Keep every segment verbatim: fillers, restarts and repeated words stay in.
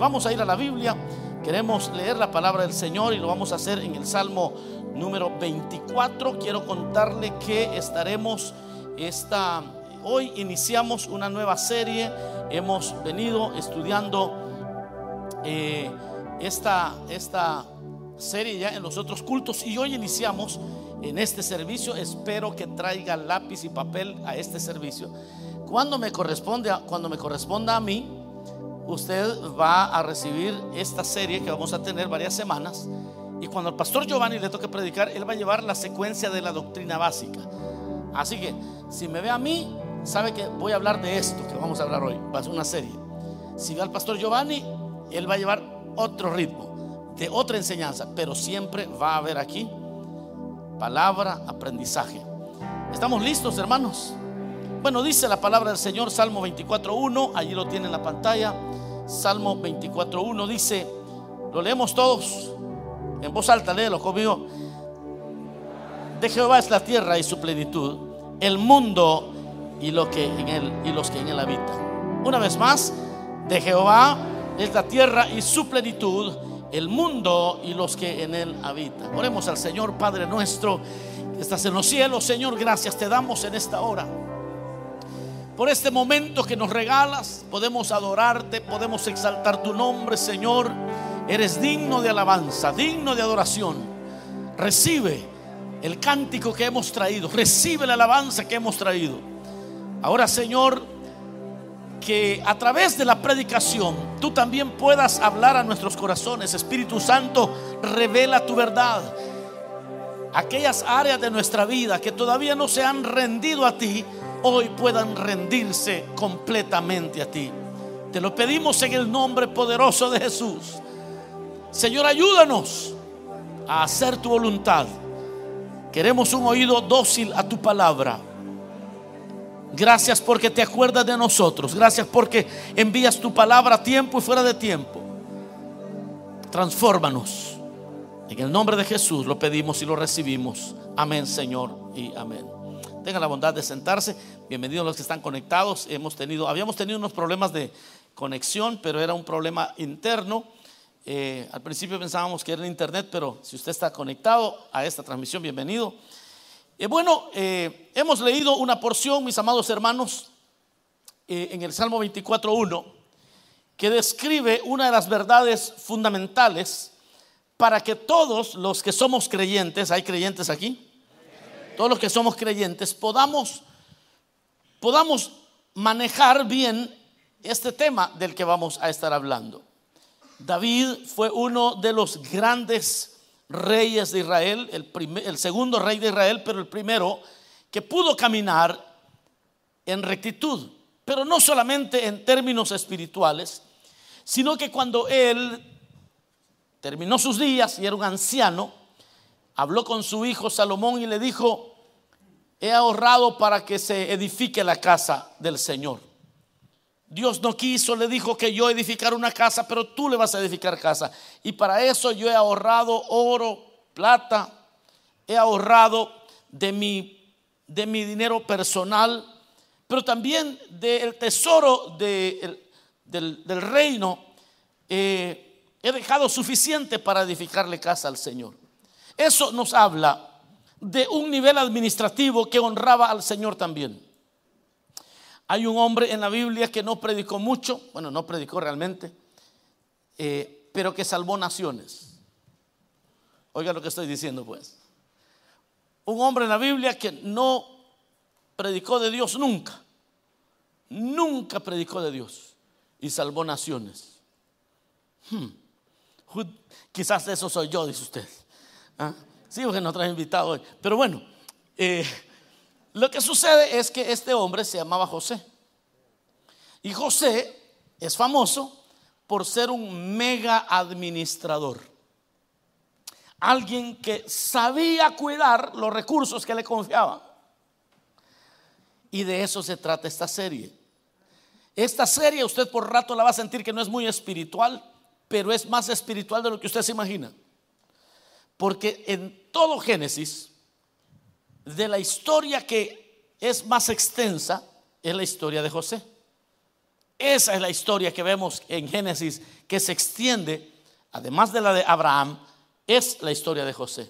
vamos a ir a la Biblia. Queremos leer la palabra del Señor y lo vamos a hacer en el Salmo número veinticuatro. Quiero contarle que estaremos esta, hoy iniciamos una nueva serie. Hemos venido estudiando eh, esta, esta serie ya en los otros cultos y hoy iniciamos en este servicio. Espero que traiga lápiz y papel a este servicio. Cuando me corresponde, cuando me corresponda a mí, usted va a recibir esta serie que vamos a tener varias semanas. Y cuando al pastor Giovanni le toque predicar, él va a llevar la secuencia de la doctrina básica. Así que si me ve a mí, sabe que voy a hablar de esto que vamos a hablar hoy. Va a ser una serie. Si ve al pastor Giovanni, él va a llevar otro ritmo, de otra enseñanza, pero siempre va a haber aquí palabra, aprendizaje. ¿Estamos listos, hermanos? Bueno, dice la palabra del Señor, Salmo veinticuatro uno, allí lo tiene en la pantalla. Salmo veinticuatro uno dice, lo leemos todos en voz alta, léelo conmigo. De Jehová es la tierra y su plenitud, el mundo y lo que en él y los que en él habitan. Una vez más, de Jehová es la tierra y su plenitud, el mundo y los que en él habitan. Oremos al Señor. Padre nuestro que estás en los cielos, Señor, gracias te damos en esta hora por este momento que nos regalas. Podemos adorarte, podemos exaltar tu nombre, Señor. Eres digno de alabanza, digno de adoración. Recibe el cántico que hemos traído, recibe la alabanza que hemos traído. Ahora, Señor, que a través de la predicación tú también puedas hablar a nuestros corazones. Espíritu Santo, revela tu verdad. Aquellas áreas de nuestra vida que todavía no se han rendido a ti, hoy puedan rendirse completamente a ti. Te lo pedimos en el nombre poderoso de Jesús. Señor, ayúdanos a hacer tu voluntad. Queremos un oído dócil a tu palabra. Gracias porque te acuerdas de nosotros. Gracias porque envías tu palabra a tiempo y fuera de tiempo. Transfórmanos. En el nombre de Jesús lo pedimos y lo recibimos. Amén, Señor, y amén. Tengan la bondad de sentarse. Bienvenidos los que están conectados. Hemos tenido, habíamos tenido unos problemas de conexión, pero era un problema interno. Eh, al principio pensábamos que era en internet, pero si usted está conectado a esta transmisión, bienvenido. Eh, bueno, eh, hemos leído una porción, mis amados hermanos, eh, en el Salmo veinticuatro uno, que describe una de las verdades fundamentales para que todos los que somos creyentes, ¿hay creyentes aquí? Todos los que somos creyentes podamos, podamos manejar bien este tema del que vamos a estar hablando. David fue uno de los grandes reyes de Israel, el, primer, el segundo rey de Israel, pero el primero que pudo caminar en rectitud, pero no solamente en términos espirituales, sino que cuando él terminó sus días y era un anciano, habló con su hijo Salomón y le dijo: he ahorrado para que se edifique la casa del Señor. Dios no quiso, le dijo que yo edificara una casa, pero tú le vas a edificar casa. Y para eso yo he ahorrado oro, plata, he ahorrado de mi, de mi dinero personal, pero también del tesoro de, del, del reino. Eh, he dejado suficiente para edificarle casa al Señor. Eso nos habla de un nivel administrativo que honraba al Señor también. Hay un hombre en la Biblia que no predicó mucho, bueno, no predicó realmente, eh, pero que salvó naciones. Oiga lo que estoy diciendo, pues. Un hombre en la Biblia que no predicó de Dios nunca, nunca predicó de Dios y salvó naciones. Hmm. Quizás eso soy yo, dice usted. ¿Ah? Sí, porque no trae invitado hoy. Pero bueno, eh, lo que sucede es que este hombre se llamaba José. Y José es famoso por ser un mega administrador. Alguien que sabía cuidar los recursos que le confiaban. Y de eso se trata esta serie. Esta serie usted por rato la va a sentir que no es muy espiritual, pero es más espiritual de lo que usted se imagina. Porque en todo Génesis, de la historia que es más extensa, es la historia de José. Esa es la historia que vemos en Génesis, que se extiende, además de la de Abraham, es la historia de José.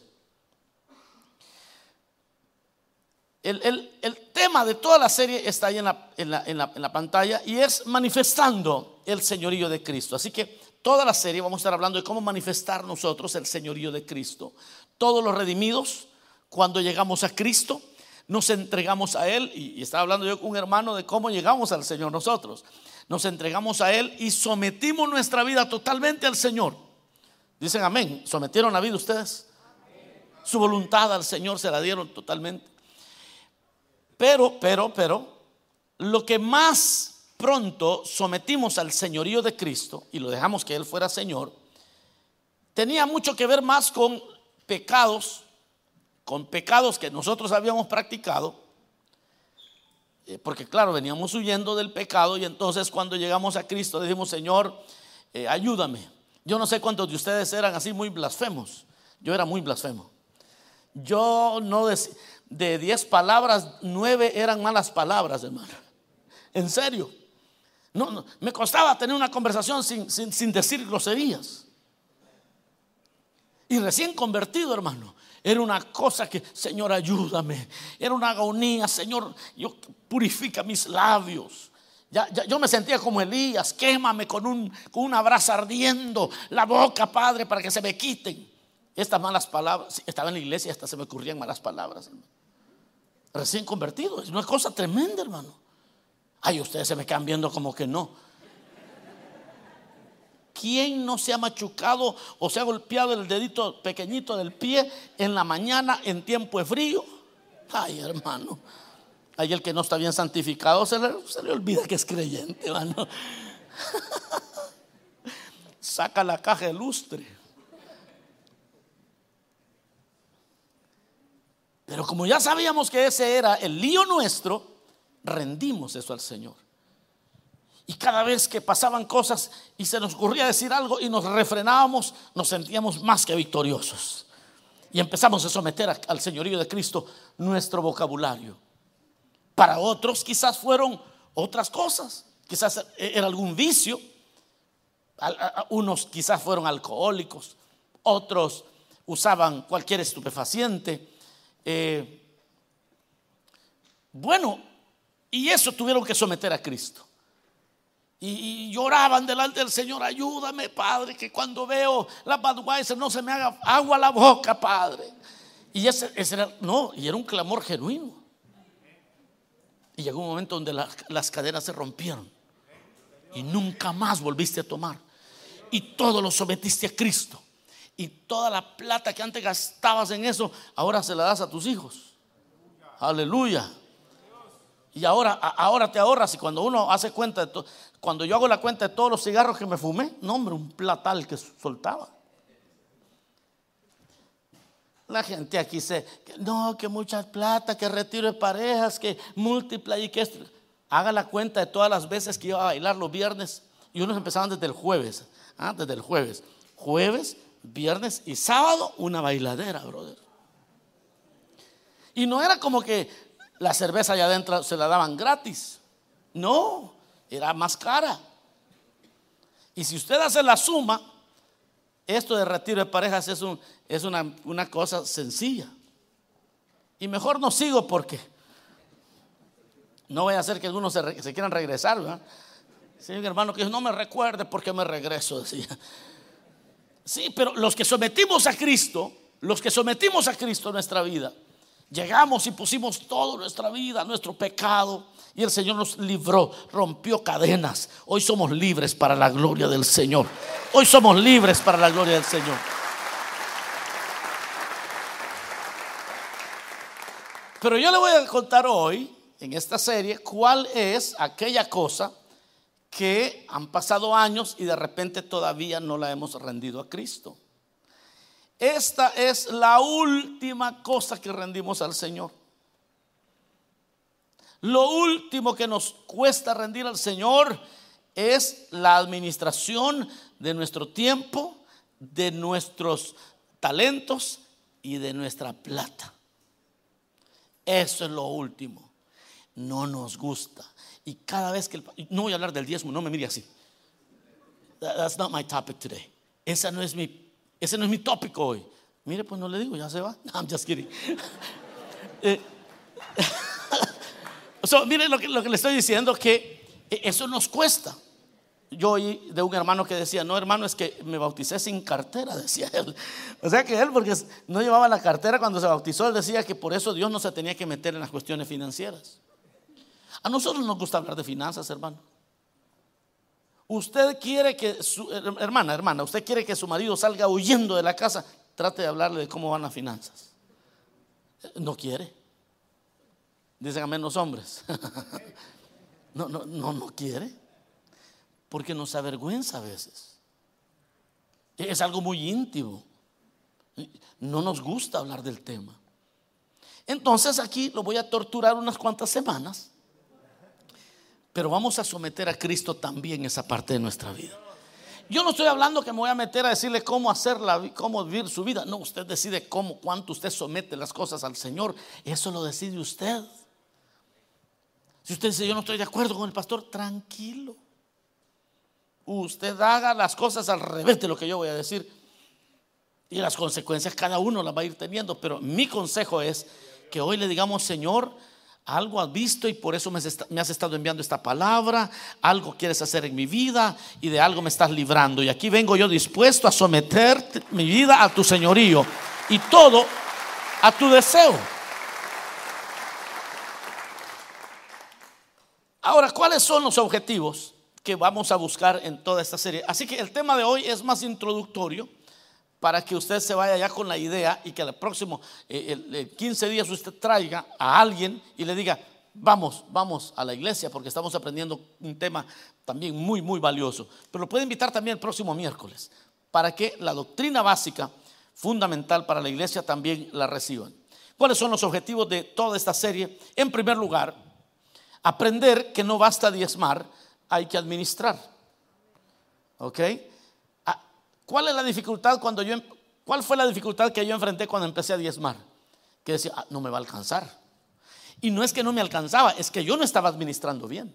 El, el, el tema de toda la serie está ahí en la, en, la, en, la, en la pantalla, y es manifestando el señorío de Cristo. Así que toda la serie vamos a estar hablando de cómo manifestar nosotros el señorío de Cristo. Todos los redimidos, cuando llegamos a Cristo, nos entregamos a Él. Y, y estaba hablando yo con un hermano de cómo llegamos al Señor nosotros. Nos entregamos a Él y sometimos nuestra vida totalmente al Señor. Dicen amén. ¿Sometieron la vida ustedes? Su voluntad al Señor se la dieron totalmente. Pero, pero, pero, lo que más pronto sometimos al señorío de Cristo y lo dejamos que Él fuera Señor, tenía mucho que ver más con pecados, con pecados que nosotros habíamos practicado, eh, porque claro, veníamos huyendo del pecado, y entonces cuando llegamos a Cristo dijimos: Señor, eh, ayúdame. Yo no sé cuántos de ustedes eran así muy blasfemos. Yo era muy blasfemo. Yo no decía, de diez palabras, nueve eran malas palabras, hermano. En serio. No, no, me costaba tener una conversación sin, sin, sin decir groserías. Y recién convertido, hermano, era una cosa que: Señor, ayúdame. Era una agonía: Señor, yo, purifica mis labios. Ya, ya, yo me sentía como Elías: quémame con, un, con una brasa ardiendo la boca, Padre, para que se me quiten estas malas palabras. Estaba en la iglesia y hasta se me ocurrían malas palabras, hermano. Recién convertido, es una cosa tremenda, hermano. Ay, ustedes se me quedan viendo como que no. ¿Quién no se ha machucado o se ha golpeado el dedito pequeñito del pie en la mañana en tiempo de frío? Ay, hermano. Ay, el que no está bien santificado se le, se le olvida que es creyente, hermano. Saca la caja de lustre. Pero como ya sabíamos que ese era el lío nuestro, rendimos eso al Señor. Y cada vez que pasaban cosas y se nos ocurría decir algo y nos refrenábamos, nos sentíamos más que victoriosos. Y empezamos a someter al señorío de Cristo nuestro vocabulario. Para otros quizás fueron otras cosas. Quizás era algún vicio. Unos quizás fueron alcohólicos. Otros usaban cualquier estupefaciente. Eh, bueno, y eso tuvieron que someter a Cristo. Y, y lloraban delante del Señor: ayúdame, Padre, que cuando veo la Budweiser no se me haga agua a la boca, Padre. Y ese, ese era, no, y era un clamor genuino. Y llegó un momento donde la, las cadenas se rompieron y nunca más volviste a tomar, y todo lo sometiste a Cristo. Y toda la plata que antes gastabas en eso, ahora se la das a tus hijos. Aleluya. Y ahora, ahora te ahorras. Y cuando uno hace cuenta de to, cuando yo hago la cuenta de todos los cigarros que me fumé, no, hombre, un platal que soltaba. La gente aquí se, no, que mucha plata, que retiro de parejas, que múltipla y que esto. Haga la cuenta de todas las veces que iba a bailar los viernes. Y unos empezaban desde el jueves. ¿ah? Desde el jueves. Jueves, viernes y sábado, una bailadera, brother. Y no era como que la cerveza allá adentro se la daban gratis. No, era más cara. Y si usted hace la suma, esto de retiro de parejas es, un, es una, una cosa sencilla. Y mejor no sigo porque no voy a hacer que algunos se, se quieran regresar, ¿verdad? Sí, mi hermano que no me recuerde porque me regreso, decía. Sí, pero los que sometimos a Cristo, los que sometimos a Cristo en nuestra vida, llegamos y pusimos toda nuestra vida, nuestro pecado, y el Señor nos libró, rompió cadenas. Hoy somos libres para la gloria del Señor. Hoy somos libres para la gloria del Señor. Pero yo le voy a contar hoy, en esta serie, cuál es aquella cosa que han pasado años y de repente todavía no la hemos rendido a Cristo. Esta es la última cosa que rendimos al Señor. Lo último que nos cuesta rendir al Señor es la administración de nuestro tiempo, de nuestros talentos y de nuestra plata. Eso es lo último. No nos gusta. Y cada vez que el, no voy a hablar del diezmo, no me mire así. That's not my topic today. Esa no es mi, ese no es mi tópico hoy. Mire, pues no le digo, ya se va. No, I'm just kidding. eh, so, mire lo que, lo que le estoy diciendo, que eso nos cuesta. Yo oí de un hermano que decía: no, hermano, es que me bauticé sin cartera, decía él. O sea que él, porque no llevaba la cartera cuando se bautizó, él decía que por eso Dios no se tenía que meter en las cuestiones financieras. A nosotros nos gusta hablar de finanzas, hermano. Usted quiere que su, hermana, hermana, usted quiere que su marido salga huyendo de la casa, trate de hablarle de cómo van las finanzas. No quiere. Dicen amén los hombres. No, no, no, no quiere. Porque nos avergüenza a veces. Es algo muy íntimo. No nos gusta hablar del tema. Entonces aquí lo voy a torturar unas cuantas semanas, pero vamos a someter a Cristo también esa parte de nuestra vida. Yo no estoy hablando que me voy a meter a decirle cómo hacerla, cómo vivir su vida. No, usted decide cómo, cuánto usted somete las cosas al Señor. Eso lo decide usted. Si usted dice: yo no estoy de acuerdo con el pastor, tranquilo. Usted haga las cosas al revés de lo que yo voy a decir, y las consecuencias cada uno las va a ir teniendo. Pero mi consejo es que hoy le digamos: Señor, algo has visto y por eso me has estado enviando esta palabra. Algo quieres hacer en mi vida y de algo me estás librando. Y aquí vengo yo dispuesto a someter mi vida a tu señorío y todo a tu deseo. Ahora, ¿cuáles son los objetivos que vamos a buscar en toda esta serie? Así que el tema de hoy es más introductorio, para que usted se vaya ya con la idea y que el próximo eh, el, el quince días usted traiga a alguien y le diga: vamos, vamos a la iglesia, porque estamos aprendiendo un tema también muy, muy valioso. Pero lo puede invitar también el próximo miércoles, para que la doctrina básica fundamental para la iglesia también la reciban. ¿Cuáles son los objetivos de toda esta serie? En primer lugar, aprender que no basta diezmar, hay que administrar. ¿Ok? ¿Cuál es la dificultad cuando yo, cuál fue la dificultad que yo enfrenté cuando empecé a diezmar? Que decía: ah, no me va a alcanzar. Y no es que no me alcanzaba, es que yo no estaba administrando bien.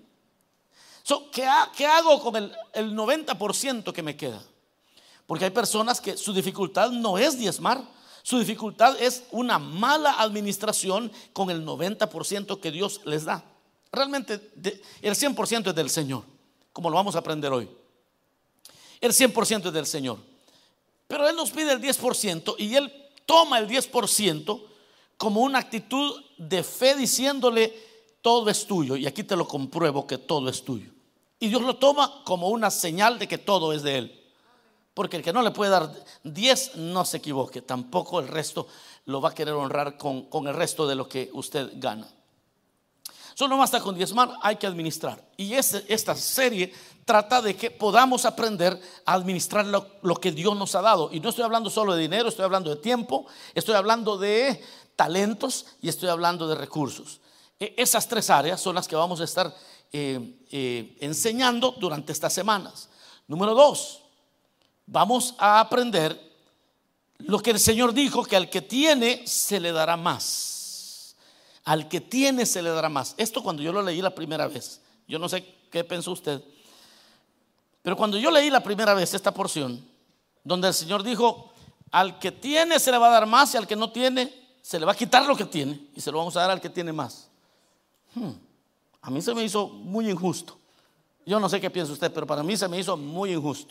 So, ¿qué, ha, ¿Qué hago con el, el noventa por ciento que me queda? Porque hay personas que su dificultad no es diezmar, su dificultad es una mala administración con el noventa por ciento que Dios les da. Realmente el cien por ciento es del Señor, como lo vamos a aprender hoy. El cien por ciento es del Señor, pero Él nos pide el diez por ciento, y Él toma el diez por ciento como una actitud de fe, diciéndole: todo es tuyo. Y aquí te lo compruebo que todo es tuyo. Y Dios lo toma como una señal de que todo es de Él, porque el que no le puede dar diez, no se equivoque, tampoco el resto lo va a querer honrar con, con el resto de lo que usted gana. Solo no basta con diezmar, hay que administrar. Y este, esta serie trata de que podamos aprender a administrar lo, lo que Dios nos ha dado. Y no estoy hablando solo de dinero, estoy hablando de tiempo, estoy hablando de talentos y estoy hablando de recursos. E, esas tres áreas son las que vamos a estar eh, eh, enseñando durante estas semanas. Número dos, vamos a aprender lo que el Señor dijo, que al que tiene se le dará más. Al que tiene se le dará más. Esto cuando yo lo leí la primera vez, yo no sé qué pensó usted, pero cuando yo leí la primera vez esta porción, donde el Señor dijo: al que tiene se le va a dar más, y al que no tiene se le va a quitar lo que tiene y se lo vamos a dar al que tiene más. hmm. A mí se me hizo muy injusto. Yo no sé qué piensa usted, pero para mí se me hizo muy injusto.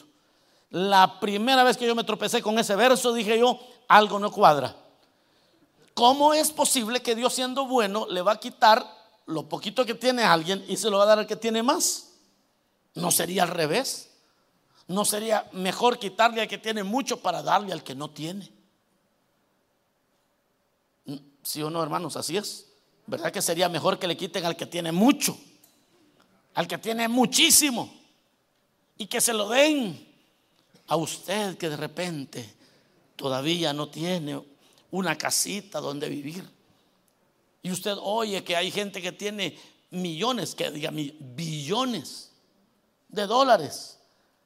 La primera vez que yo me tropecé con ese verso, dije yo: algo no cuadra. ¿Cómo es posible que Dios, siendo bueno, le va a quitar lo poquito que tiene a alguien y se lo va a dar al que tiene más? ¿No sería al revés? ¿No sería mejor quitarle al que tiene mucho para darle al que no tiene? ¿Sí o no, hermanos? Así es. ¿Verdad que sería mejor que le quiten al que tiene mucho, al que tiene muchísimo, y que se lo den a usted que de repente todavía no tiene una casita donde vivir? Y usted oye que hay gente que tiene millones, que diga billones de dólares.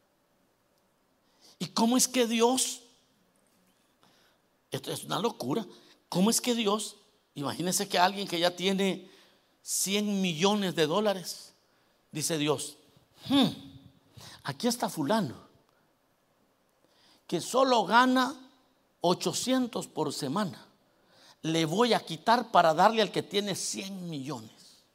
¿Y cómo es que Dios, esto es una locura, cómo es que Dios, imagínense que alguien que ya tiene cien millones de dólares Dice Dios, hmm, aquí está fulano, que solo gana ochocientos por semana. Le voy a quitar para darle al que tiene cien millones.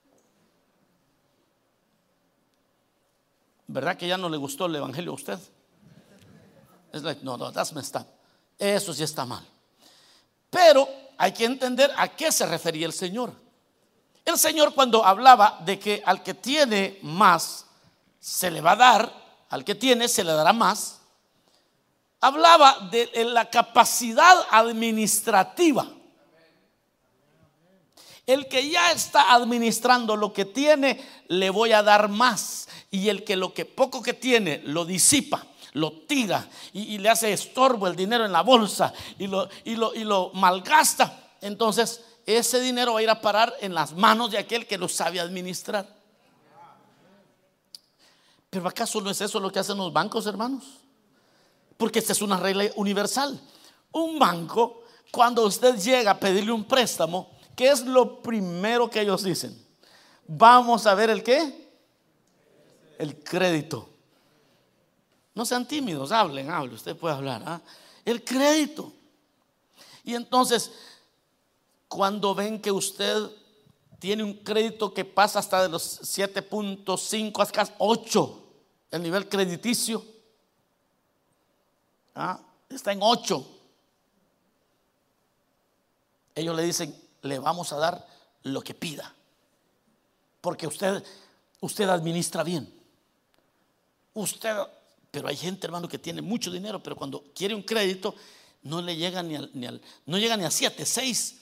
¿Verdad que ya no le gustó el evangelio a usted? Es like, no, no, that's messed up. Eso sí está mal. Pero hay que entender a qué se refería el Señor. El Señor, cuando hablaba de que al que tiene más se le va a dar, al que tiene se le dará más, hablaba de la capacidad administrativa. El que ya está administrando lo que tiene, le voy a dar más. Y el que lo que poco que tiene lo disipa, lo tira y, y le hace estorbo el dinero en la bolsa y lo, y, lo, y lo malgasta, entonces ese dinero va a ir a parar en las manos de aquel que lo sabe administrar. Pero ¿acaso no es eso lo que hacen los bancos, hermanos? Porque esta es una regla universal. Un banco, cuando usted llega a pedirle un préstamo, ¿qué es lo primero que ellos dicen? Vamos a ver el qué, el crédito. No sean tímidos, hablen, hablen, usted puede hablar, ¿ah? El crédito. Y entonces, cuando ven que usted tiene un crédito que pasa hasta de los siete punto cinco hasta ocho, el nivel crediticio, ¿ah? Está en ocho, ellos le dicen, le vamos a dar lo que pida, porque usted, usted administra bien. Usted, pero hay gente, hermano, que tiene mucho dinero, pero cuando quiere un crédito no le llega ni al, ni al no llega ni a siete, seis,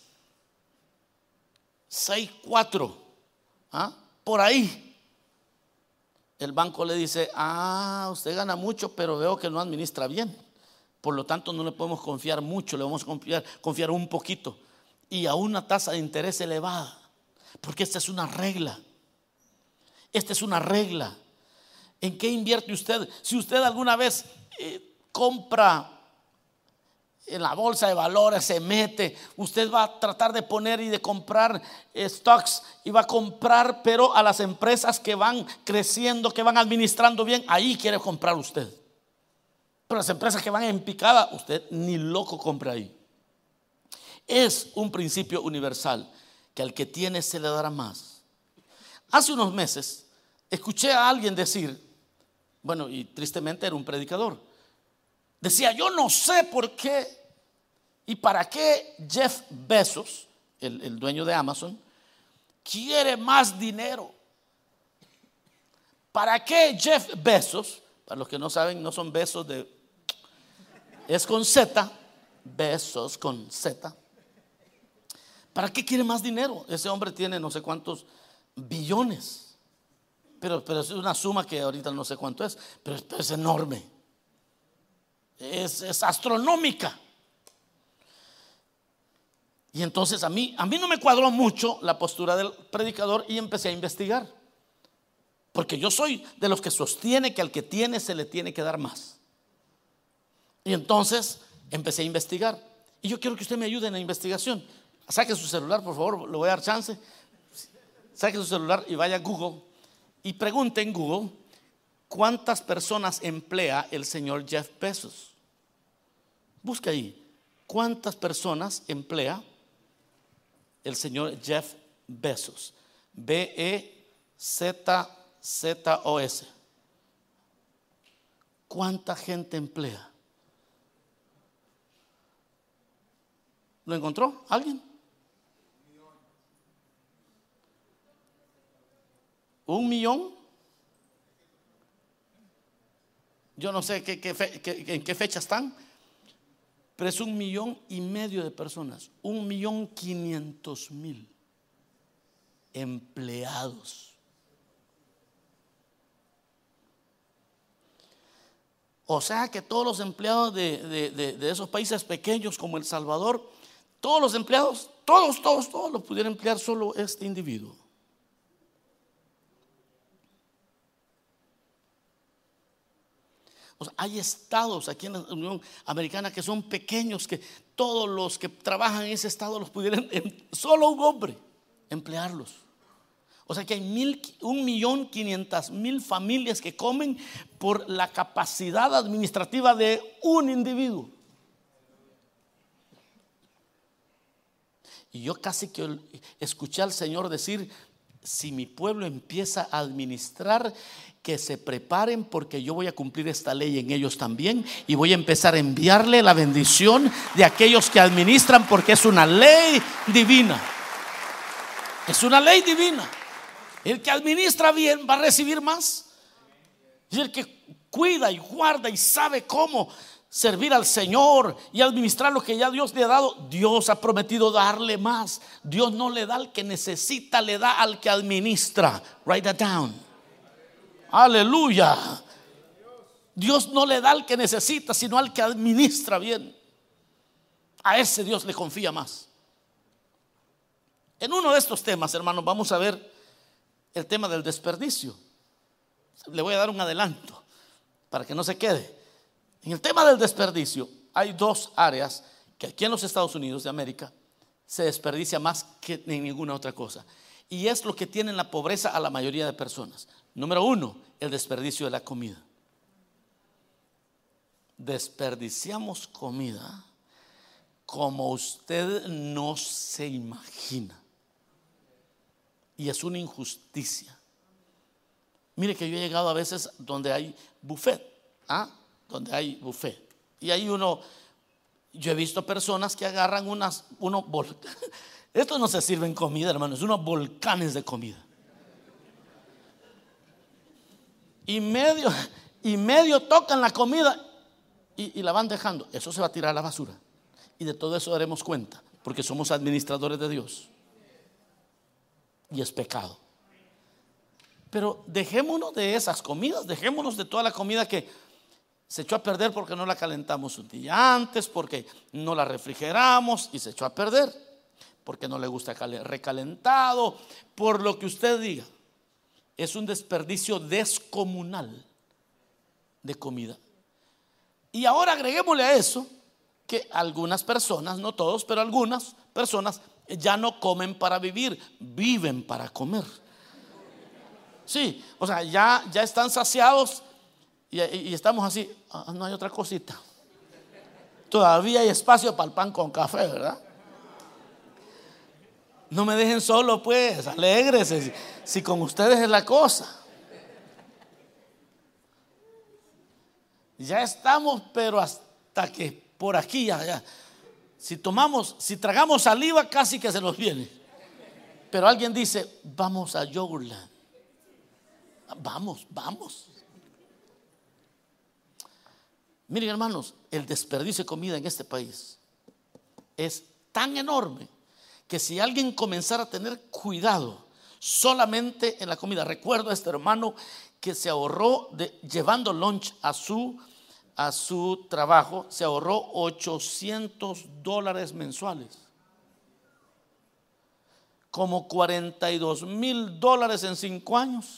seis, cuatro, ¿ah? Por ahí. El banco le dice, ah, usted gana mucho, pero veo que no administra bien, por lo tanto no le podemos confiar mucho, le vamos a confiar, confiar un poquito, y a una tasa de interés elevada, porque esta es una regla. Esta es una regla. ¿En qué invierte usted? Si usted alguna vez eh, compra en la bolsa de valores, se mete, usted va a tratar de poner y de comprar eh, stocks, y va a comprar, pero a las empresas que van creciendo, que van administrando bien, ahí quiere comprar usted. Pero las empresas que van en picada, usted ni loco compra ahí. Es un principio universal, que al que tiene se le dará más. Hace unos meses escuché a alguien decir, bueno, y tristemente era un predicador, decía, yo no sé por qué y para qué Jeff Bezos, el, el dueño de Amazon, quiere más dinero. ¿Para qué Jeff Bezos? Para los que no saben, no son besos de, es con Z, Bezos con Z. ¿Para qué quiere más dinero? Ese hombre tiene no sé cuántos billones, pero, pero es una suma que ahorita no sé cuánto es, pero, pero es enorme, es, es astronómica. Y entonces a mí, a mí no me cuadró mucho la postura del predicador, y empecé a investigar, porque yo soy de los que sostiene que al que tiene se le tiene que dar más. Y entonces empecé a investigar, y yo quiero que usted me ayude en la investigación. Saque su celular, por favor, le voy a dar chance. Saque su celular y vaya a Google y pregunte en Google cuántas personas emplea el señor Jeff Bezos. Busca ahí, cuántas personas emplea el señor Jeff Bezos. B E Z Z O S. ¿Cuánta gente emplea? ¿Lo encontró alguien? ¿Un millón? Yo no sé qué, qué fe, qué, en qué fecha están, pero es un millón y medio de personas, un millón quinientos mil empleados. O sea que todos los empleados de, de, de, de esos países pequeños como El Salvador, todos los empleados, todos, todos, todos los pudiera emplear solo este individuo. O sea, hay estados aquí en la Unión Americana que son pequeños, que todos los que trabajan en ese estado los pudieran, solo un hombre, emplearlos. O O sea que hay mil, un millón quinientas mil familias que comen por la capacidad administrativa de un individuo. Y yo casi que escuché al Señor decir: si mi pueblo empieza a administrar, que se preparen, porque yo voy a cumplir esta ley en ellos también, y voy a empezar a enviarle la bendición de aquellos que administran, porque es una ley divina. Es una ley divina. El que administra bien va a recibir más, y el que cuida y guarda y sabe cómo servir al Señor y administrar lo que ya Dios le ha dado, Dios ha prometido darle más. Dios no le da al que necesita, le da al que administra. Write that down. Aleluya. Dios no le da al que necesita, sino al que administra bien. A ese Dios le confía más. En uno de estos temas, hermanos, vamos a ver el tema del desperdicio. Le voy a dar un adelanto para que no se quede. En el tema del desperdicio hay dos áreas que aquí en los Estados Unidos de América se desperdicia más que en ninguna otra cosa, y es lo que tiene en la pobreza a la mayoría de personas. Número uno, el desperdicio de la comida. Desperdiciamos comida como usted no se imagina, y es una injusticia. Mire que yo he llegado a veces donde hay buffet, ¿ah? donde hay buffet, y hay uno, yo he visto personas que agarran unas, unos volcanes. Esto no se sirve en comida, hermanos, unos volcanes de comida, y medio, y medio tocan la comida y, y la van dejando. Eso se va a tirar a la basura, y de todo eso daremos cuenta, porque somos administradores de Dios, y es pecado. Pero dejémonos de esas comidas, dejémonos de toda la comida que se echó a perder porque no la calentamos un día antes, porque no la refrigeramos y se echó a perder, porque no le gusta recalentado, por lo que usted diga. Es un desperdicio descomunal de comida. Y ahora agreguémosle a eso que algunas personas, no todos, pero algunas personas ya no comen para vivir, viven para comer. Sí, o sea, ya, ya están saciados. Y, y estamos así, ah, no hay otra cosita. Todavía hay espacio para el pan con café, ¿verdad? No me dejen solo, pues, alégrese. Si, si con ustedes es la cosa. Ya estamos, pero hasta que por aquí ya, ya. Si tomamos, si tragamos saliva, casi que se nos viene. Pero alguien dice: vamos a Yogurtland. Vamos, vamos. Miren, hermanos, el desperdicio de comida en este país es tan enorme que si alguien comenzara a tener cuidado solamente en la comida. Recuerdo a este hermano que se ahorró, de, llevando lunch a su, a su trabajo, se ahorró ochocientos dólares mensuales, como cuarenta y dos mil dólares en cinco años.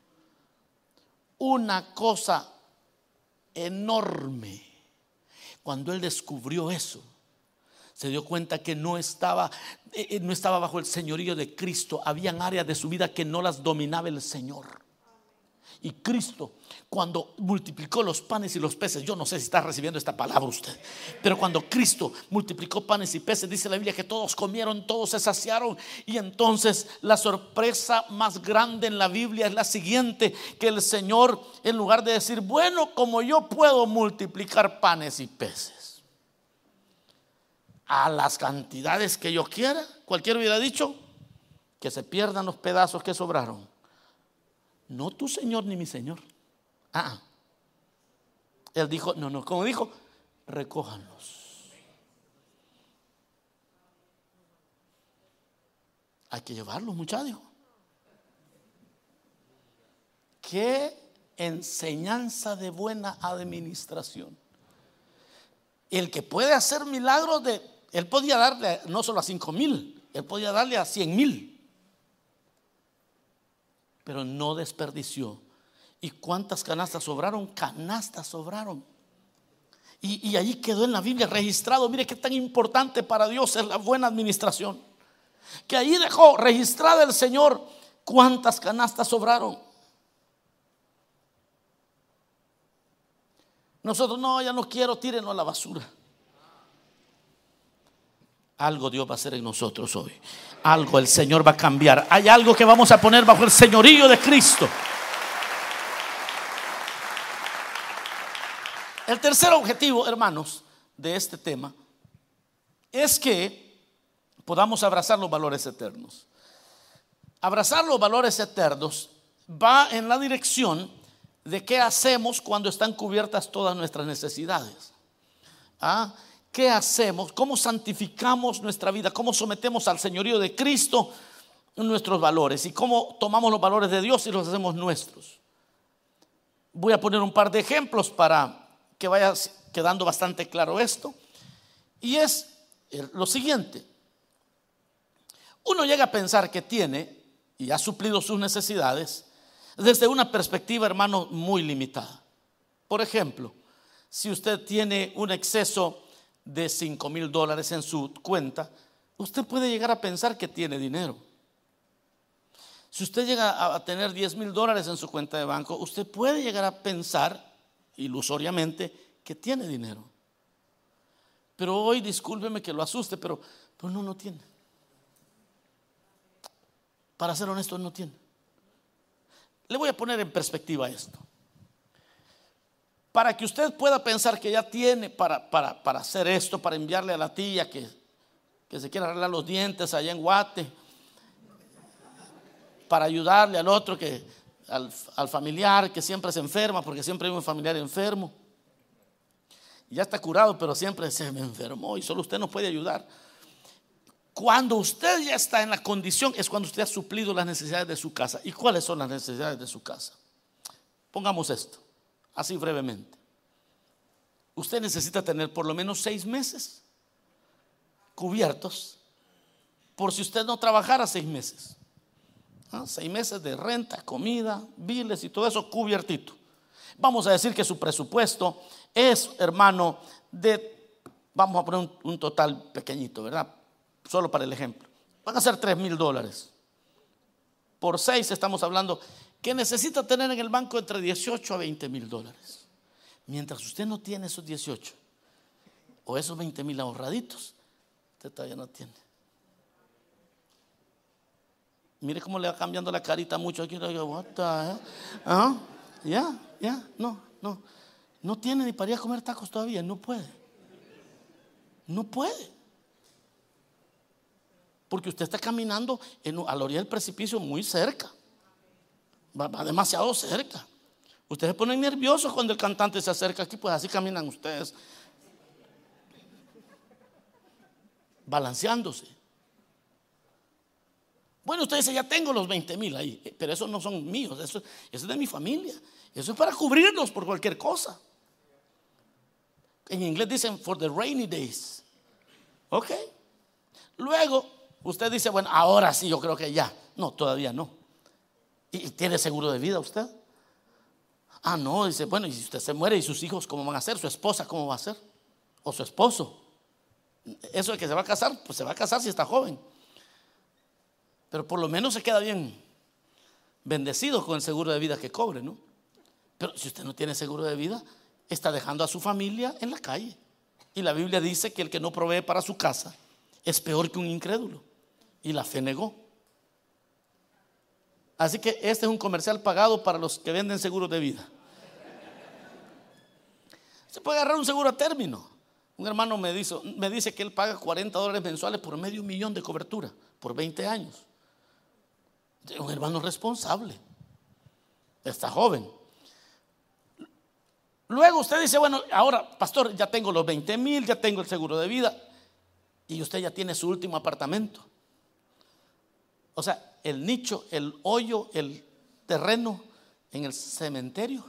Una cosa enorme. Cuando él descubrió eso, se dio cuenta que no estaba, eh, no estaba bajo el señorío de Cristo. Habían áreas de su vida que no las dominaba el Señor. Y Cristo, cuando multiplicó los panes y los peces, yo no sé si está recibiendo esta palabra usted, pero cuando Cristo multiplicó panes y peces, dice la Biblia que todos comieron, todos se saciaron. Y entonces la sorpresa más grande en la Biblia es la siguiente: que el Señor, en lugar de decir, bueno, como yo puedo multiplicar panes y peces a las cantidades que yo quiera, cualquiera hubiera dicho que se pierdan los pedazos que sobraron. No tu Señor ni mi Señor. Ah, Él dijo, no, no, como dijo, recójanlos. Hay que llevarlos, muchachos. Qué enseñanza de buena administración. El que puede hacer milagros de, él podía darle no solo a cinco mil, él podía darle a cien mil. Pero no desperdició. ¿Y cuántas canastas sobraron? Canastas sobraron. Y, y allí quedó en la Biblia registrado. Mire qué tan importante para Dios es la buena administración, que allí dejó registrada el Señor ¿Cuántas canastas sobraron? Nosotros, no, ya no quiero, tírenlo a la basura. Algo Dios va a hacer en nosotros hoy. Algo el Señor va a cambiar. Hay algo que vamos a poner bajo el señorío de Cristo. El tercer objetivo, hermanos, de este tema es que podamos abrazar los valores eternos. Abrazar los valores eternos va en la dirección de qué hacemos cuando están cubiertas todas nuestras necesidades. ¿Ah? ¿Qué hacemos? ¿Cómo santificamos nuestra vida? ¿Cómo sometemos al señorío de Cristo nuestros valores? ¿Y cómo tomamos los valores de Dios y los hacemos nuestros? Voy a poner un par de ejemplos para que vaya quedando bastante claro esto. Y es lo siguiente. Uno llega a pensar que tiene y ha suplido sus necesidades desde una perspectiva, hermano, muy limitada. Por ejemplo, si usted tiene un exceso de cinco mil dólares en su cuenta, usted puede llegar a pensar que tiene dinero. Si usted llega a tener diez mil dólares en su cuenta de banco, usted puede llegar a pensar ilusoriamente que tiene dinero. Pero hoy, discúlpeme que lo asuste, pero, pero no, no tiene. Para ser honesto, no tiene. Le voy a poner en perspectiva esto. Para que usted pueda pensar que ya tiene para, para, para hacer esto, para enviarle a la tía que, que se quiere arreglar los dientes allá en Guate, para ayudarle al otro, que, al, al familiar que siempre se enferma, porque siempre hay un familiar enfermo. Ya está curado, pero siempre se me enfermó y solo usted nos puede ayudar. Cuando usted ya está en la condición, es cuando usted ha suplido las necesidades de su casa. ¿Y cuáles son las necesidades de su casa? Pongamos esto, así brevemente. Usted necesita tener por lo menos seis meses cubiertos, por si usted no trabajara seis meses. ¿Ah? Seis meses de renta, comida, biles y todo eso cubiertito. Vamos a decir que su presupuesto es, hermano, de, vamos a poner un, un total pequeñito, ¿verdad? Solo para el ejemplo. Van a ser tres mil dólares. Por seis estamos hablando que necesita tener en el banco entre dieciocho a veinte mil dólares. Mientras usted no tiene esos dieciocho o esos veinte mil ahorraditos, usted todavía no tiene. Mire cómo le va cambiando la carita mucho aquí. What the hell? ¿Ah? Ya, ya, no, no. No tiene ni para ir a comer tacos todavía. No puede. No puede. Porque usted está caminando en, a la orilla del precipicio muy cerca. Va, va demasiado cerca. Ustedes se ponen nerviosos cuando el cantante se acerca aquí, pues así caminan ustedes, balanceándose. Bueno, usted dice, ya tengo los veinte mil ahí, pero esos no son míos, eso, eso es de mi familia. Eso es para cubrirlos por cualquier cosa. En inglés dicen for the rainy days. Ok. Luego usted dice, bueno, ahora sí, yo creo que ya. No, todavía no. ¿Y tiene seguro de vida usted? Ah, no, dice, bueno, y si usted se muere, ¿y sus hijos cómo van a ser? ¿Su esposa cómo va a ser? ¿O su esposo? Eso de que se va a casar, pues se va a casar si está joven. Pero por lo menos se queda bien bendecido con el seguro de vida que cobre, ¿no? Pero si usted no tiene seguro de vida, está dejando a su familia en la calle. Y la Biblia dice que el que no provee para su casa es peor que un incrédulo. Y la fe negó. Así que este es un comercial pagado para los que venden seguros de vida. Se puede agarrar un seguro a término. Un hermano me dice, me dice que él paga cuarenta dólares mensuales por medio millón de cobertura por veinte años. Es un hermano responsable. Está joven. Luego usted dice, bueno, ahora, pastor, ya tengo los veinte mil, ya tengo el seguro de vida. Y usted ya tiene su último apartamento. O sea, el nicho, el hoyo, el terreno en el cementerio.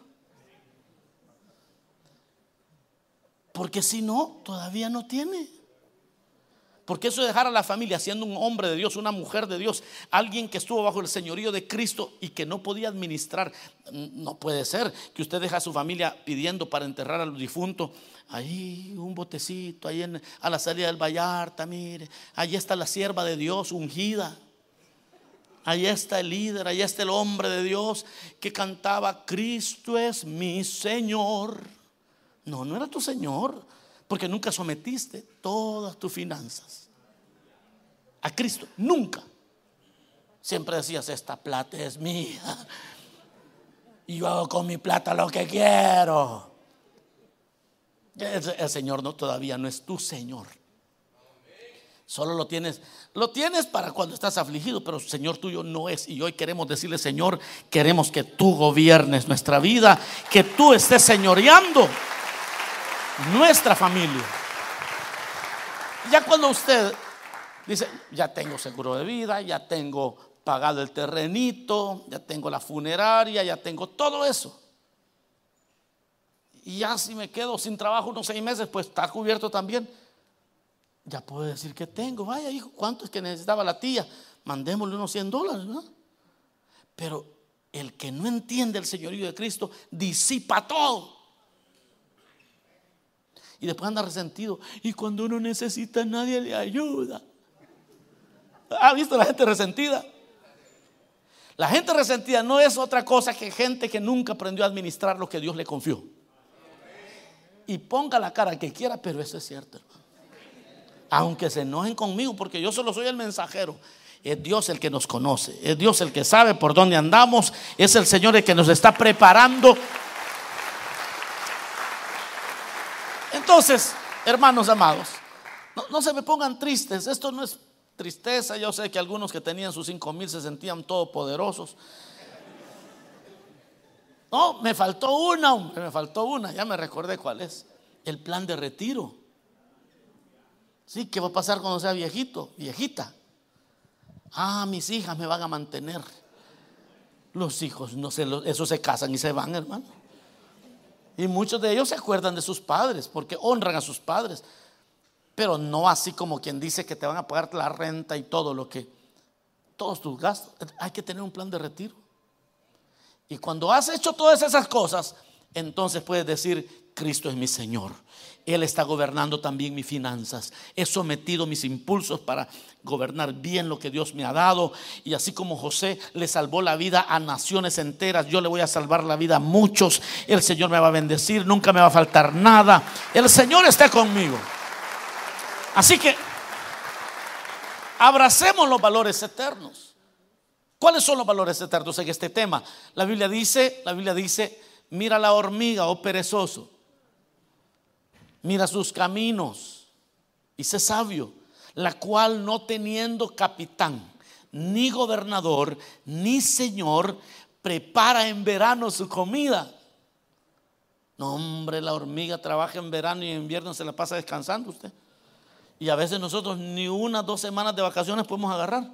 Porque si no, todavía no tiene. Porque eso de dejar a la familia siendo un hombre de Dios, una mujer de Dios, alguien que estuvo bajo el señorío de Cristo y que no podía administrar, no puede ser que usted deje a su familia pidiendo para enterrar al difunto. Ahí un botecito, ahí en, a la salida del Vallarta, mire, ahí está la sierva de Dios ungida. Ahí está el líder, ahí está el hombre de Dios que cantaba: Cristo es mi Señor. No, no era tu Señor, porque nunca sometiste todas tus finanzas a Cristo, nunca. Siempre decías: esta plata es mía y yo hago con mi plata lo que quiero. El, el Señor no, todavía no es tu Señor. Solo lo tienes, lo tienes para cuando estás afligido, pero Señor tuyo no es. Y hoy queremos decirle: Señor, queremos que tú gobiernes nuestra vida, que tú estés señoreando nuestra familia. Ya cuando usted dice: ya tengo seguro de vida, ya tengo pagado el terrenito, ya tengo la funeraria, ya tengo todo eso, y ya si me quedo sin trabajo unos seis meses, pues está cubierto también. Ya puedo decir que tengo. Vaya, hijo, ¿cuánto es que necesitaba la tía? Mandémosle unos cien dólares, ¿no? Pero el que no entiende el señorío de Cristo disipa todo. Y después anda resentido. Y cuando uno necesita, nadie le ayuda. ¿Ha visto la gente resentida? La gente resentida no es otra cosa que gente que nunca aprendió a administrar lo que Dios le confió. Y ponga la cara que quiera, pero eso es cierto, hermano. Aunque se enojen conmigo, porque yo solo soy el mensajero. Es Dios el que nos conoce, es Dios el que sabe por dónde andamos, es el Señor el que nos está preparando. Entonces, hermanos amados, no, no se me pongan tristes. Esto no es tristeza. Yo sé que algunos que tenían sus cinco mil se sentían todopoderosos. No, me faltó una, hombre, me faltó una. Ya me recordé cuál es. El plan de retiro. Sí, ¿qué va a pasar cuando sea viejito, viejita? Ah, mis hijas me van a mantener. Los hijos, no sé, esos se casan y se van, hermano. Y muchos de ellos se acuerdan de sus padres, porque honran a sus padres. Pero no así como quien dice que te van a pagar la renta y todo lo que, todos tus gastos. Hay que tener un plan de retiro. Y cuando has hecho todas esas cosas, entonces puedes decir: Cristo es mi Señor. Él está gobernando también mis finanzas. He sometido mis impulsos para gobernar bien lo que Dios me ha dado. Y así como José le salvó la vida a naciones enteras, yo le voy a salvar la vida a muchos. El Señor me va a bendecir, nunca me va a faltar nada. El Señor está conmigo. Así que abracemos los valores eternos. ¿Cuáles son los valores eternos en este tema? La Biblia dice, la Biblia dice: mira la hormiga, oh perezoso, mira sus caminos y sé sabio, la cual no teniendo capitán, ni gobernador, ni señor, prepara en verano su comida. No, hombre, la hormiga trabaja en verano y en invierno se la pasa descansando usted. Y a veces nosotros ni unas dos semanas de vacaciones podemos agarrar.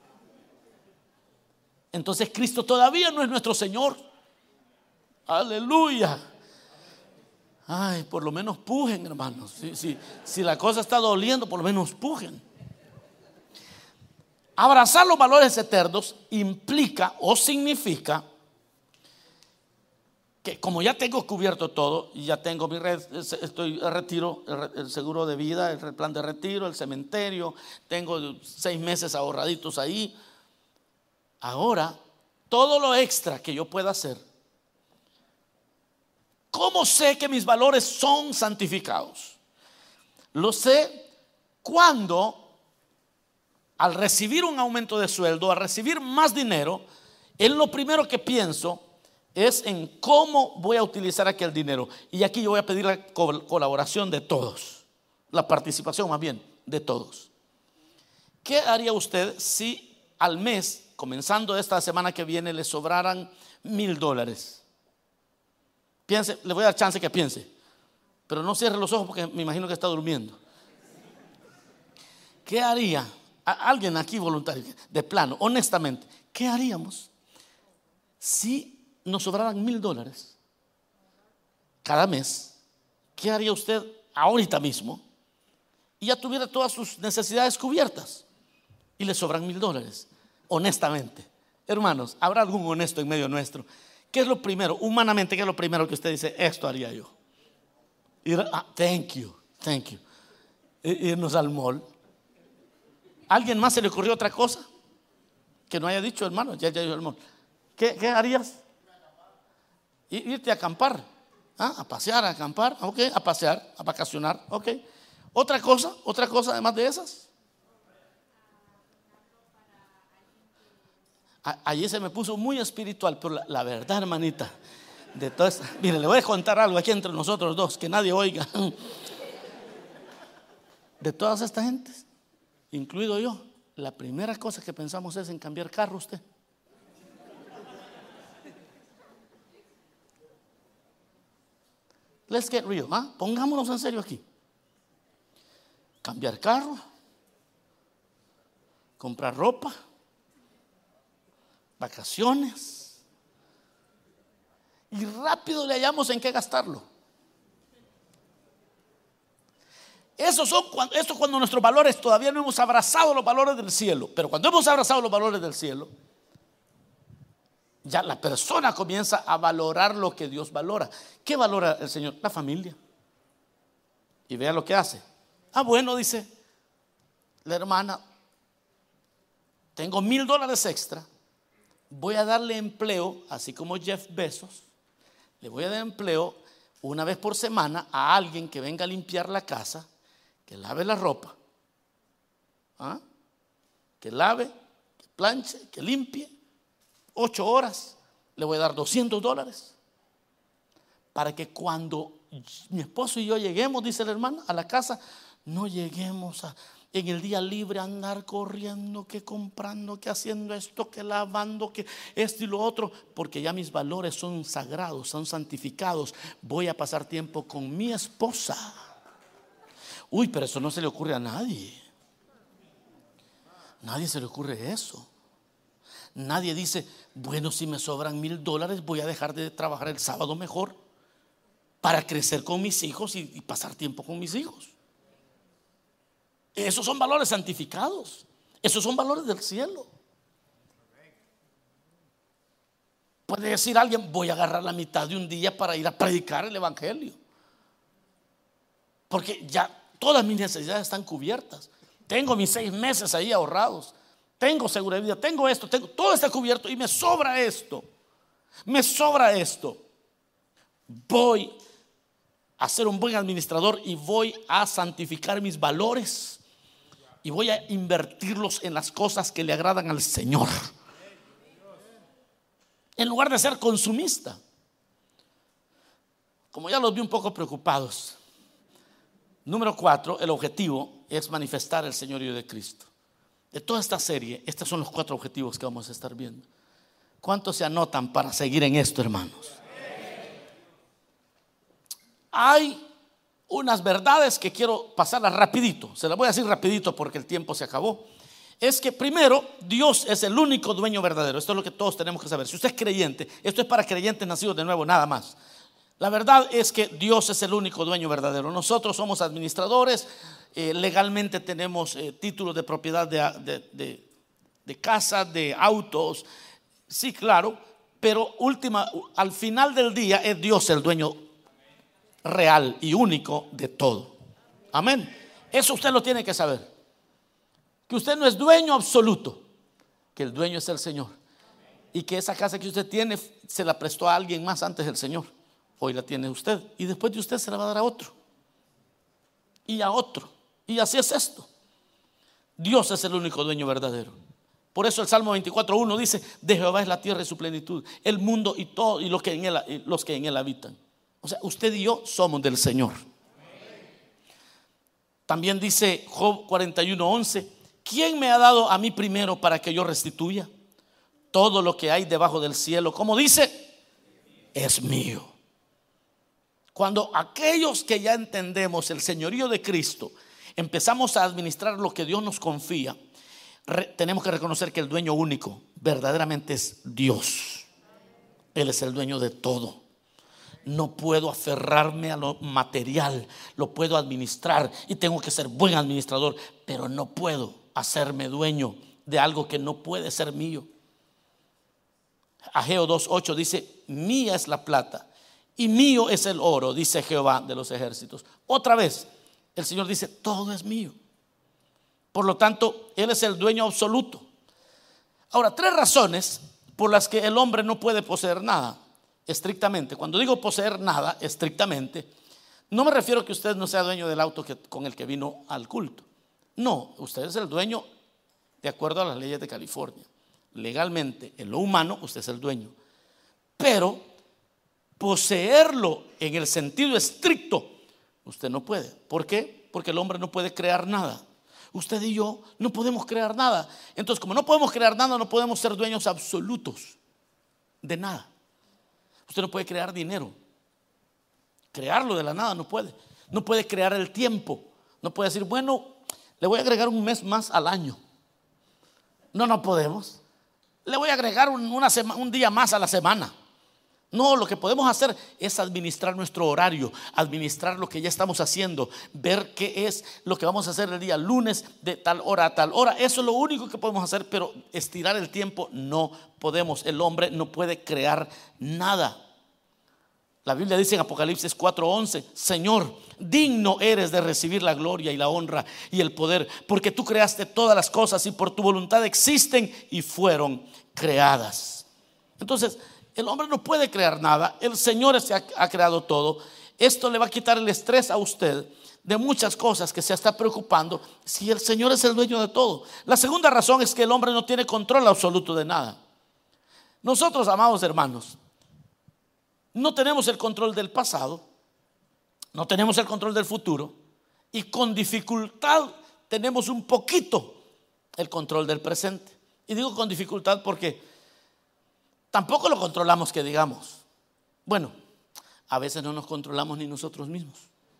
Entonces Cristo todavía no es nuestro Señor. Aleluya. Ay, por lo menos pujen, hermanos. Si, si, si la cosa está doliendo, por lo menos pujen. Abrazar los valores eternos implica o significa que como ya tengo cubierto todo, y ya tengo mi red, estoy retiro, el seguro de vida, el plan de retiro, el cementerio, tengo seis meses ahorraditos ahí. Ahora, todo lo extra que yo pueda hacer, ¿cómo sé que mis valores son santificados? Lo sé cuando, al recibir un aumento de sueldo, al recibir más dinero, en lo primero que pienso es en cómo voy a utilizar aquel dinero. Y aquí yo voy a pedir la colaboración de todos, la participación más bien de todos. ¿Qué haría usted si al mes, comenzando esta semana que viene, le sobraran mil dólares? Piense, le voy a dar chance que piense, pero no cierre los ojos porque me imagino que está durmiendo. ¿Qué haría? Alguien aquí voluntario, de plano, honestamente, ¿qué haríamos si nos sobraran mil dólares cada mes? ¿Qué haría usted ahorita mismo? Y ya tuviera todas sus necesidades cubiertas y le sobran mil dólares. Honestamente, hermanos, ¿habrá algún honesto en medio nuestro? ¿Qué es lo primero, humanamente, qué es lo primero que usted dice? Esto haría yo. Ir, ah, thank you, thank you. Irnos al mall. ¿A alguien más se le ocurrió otra cosa? Que no haya dicho, hermano, ya, ya dijo, hermano. ¿Qué, qué harías? Irte a acampar, ¿ah? A pasear, a acampar, ok, a pasear, a vacacionar, ok. Otra cosa, otra cosa además de esas. A, allí se me puso muy espiritual, pero la, la verdad, hermanita, de todo esto, mire, le voy a contar algo aquí entre nosotros dos, que nadie oiga. De todas estas gentes, incluido yo, la primera cosa que pensamos es en cambiar carro usted. Let's get real, ¿ah? Pongámonos en serio aquí. Cambiar carro, comprar ropa, vacaciones, y rápido le hallamos en qué gastarlo. Eso son cuando, esto cuando nuestros valores todavía no hemos abrazado los valores del cielo. Pero cuando hemos abrazado los valores del cielo, ya la persona comienza a valorar lo que Dios valora. ¿Qué valora el Señor? La familia. Y vea lo que hace. Ah, bueno, dice la hermana, tengo mil dólares extra, voy a darle empleo, así como Jeff Bezos, le voy a dar empleo una vez por semana a alguien que venga a limpiar la casa, que lave la ropa, ¿ah? que lave, que planche, que limpie, ocho horas, le voy a dar doscientos dólares, para que cuando mi esposo y yo lleguemos, dice la hermana, a la casa, no lleguemos a, en el día libre a andar corriendo, que comprando, que haciendo esto, que lavando, que esto y lo otro, porque ya mis valores son sagrados, son santificados. Voy a pasar tiempo con mi esposa. Uy, pero eso no se le ocurre a nadie. Nadie se le ocurre eso. Nadie dice, bueno, si me sobran mil dólares, voy a dejar de trabajar el sábado mejor para crecer con mis hijos y, y pasar tiempo con mis hijos. Esos son valores santificados. Esos son valores del cielo. Puede decir alguien, voy a agarrar la mitad de un día para ir a predicar el evangelio, porque ya todas mis necesidades están cubiertas. Tengo mis seis meses ahí ahorrados, tengo seguro de vida, tengo esto, tengo, todo está cubierto y me sobra esto. Me sobra esto. Voy a ser un buen administrador y voy a santificar mis valores y voy a invertirlos en las cosas que le agradan al Señor, en lugar de ser consumista. Como ya los vi un poco preocupados. Número cuatro, el objetivo es manifestar el señorío de Cristo. De toda esta serie, estos son los cuatro objetivos que vamos a estar viendo. ¿Cuántos se anotan para seguir en esto, hermanos? Hay unas verdades que quiero pasarlas rapidito. Se las voy a decir rapidito porque el tiempo se acabó. Es que primero, Dios es el único dueño verdadero. Esto es lo que todos tenemos que saber. Si usted es creyente, esto es para creyentes nacidos de nuevo, nada más. La verdad es que Dios es el único dueño verdadero. Nosotros somos administradores, eh, legalmente tenemos eh, títulos de propiedad de, de, de, de casa, de autos. Sí, claro, pero última, al final del día es Dios el dueño real y único de todo. Amén. Eso usted lo tiene que saber. Que usted no es dueño absoluto, que el dueño es el Señor. Y que esa casa que usted tiene se la prestó a alguien más antes del Señor. Hoy la tiene usted y después de usted se la va a dar a otro y a otro, y así es esto. Dios es el único dueño verdadero. Por eso el Salmo veinticuatro uno dice, de Jehová es la tierra y su plenitud, el mundo y todo y los que en él, los que en él habitan. O sea, usted y yo somos del Señor. También dice Job cuarenta y uno once, ¿quién me ha dado a mí primero para que yo restituya? Todo lo que hay debajo del cielo, como dice, es mío. Cuando aquellos que ya entendemos el señorío de Cristo empezamos a administrar lo que Dios nos confía, re, tenemos que reconocer que el dueño único verdaderamente es Dios. Él es el dueño de todo. No puedo aferrarme a lo material, lo puedo administrar y tengo que ser buen administrador, pero no puedo hacerme dueño de algo que no puede ser mío. Ageo dos ocho dice, mía es la plata y mío es el oro, dice Jehová de los ejércitos. Otra vez, el Señor dice, todo es mío. Por lo tanto, Él es el dueño absoluto. Ahora, tres razones por las que el hombre no puede poseer nada estrictamente. Cuando digo poseer nada estrictamente, no me refiero a que usted no sea dueño del auto que, con el que vino al culto. No, usted es el dueño de acuerdo a las leyes de California. Legalmente, en lo humano, usted es el dueño. Pero poseerlo en el sentido estricto, usted no puede. ¿Por qué? Porque el hombre no puede crear nada. Usted y yo no podemos crear nada. Entonces, como no podemos crear nada, no podemos ser dueños absolutos de nada. Usted no puede crear dinero. Crearlo de la nada no puede. No puede crear el tiempo. No puede decir, bueno, le voy a agregar un mes más al año. No, no podemos. Le voy a agregar un, una sema, un día más a la semana. No, lo que podemos hacer es administrar nuestro horario, administrar lo que ya estamos haciendo, ver qué es lo que vamos a hacer el día lunes de tal hora a tal hora. Eso es lo único que podemos hacer, pero estirar el tiempo no podemos. El hombre no puede crear nada. La Biblia dice en Apocalipsis cuatro once, Señor, digno eres de recibir la gloria y la honra y el poder, porque tú creaste todas las cosas y por tu voluntad existen y fueron creadas. Entonces, el hombre no puede crear nada. El Señor se ha, ha creado todo. Esto le va a quitar el estrés a usted de muchas cosas que se está preocupando si el Señor es el dueño de todo. La segunda razón es que el hombre no tiene control absoluto de nada. Nosotros, amados hermanos, no tenemos el control del pasado, no tenemos el control del futuro y con dificultad tenemos un poquito el control del presente. Y digo con dificultad porque tampoco lo controlamos, que digamos. Bueno, a veces no nos controlamos ni nosotros mismos.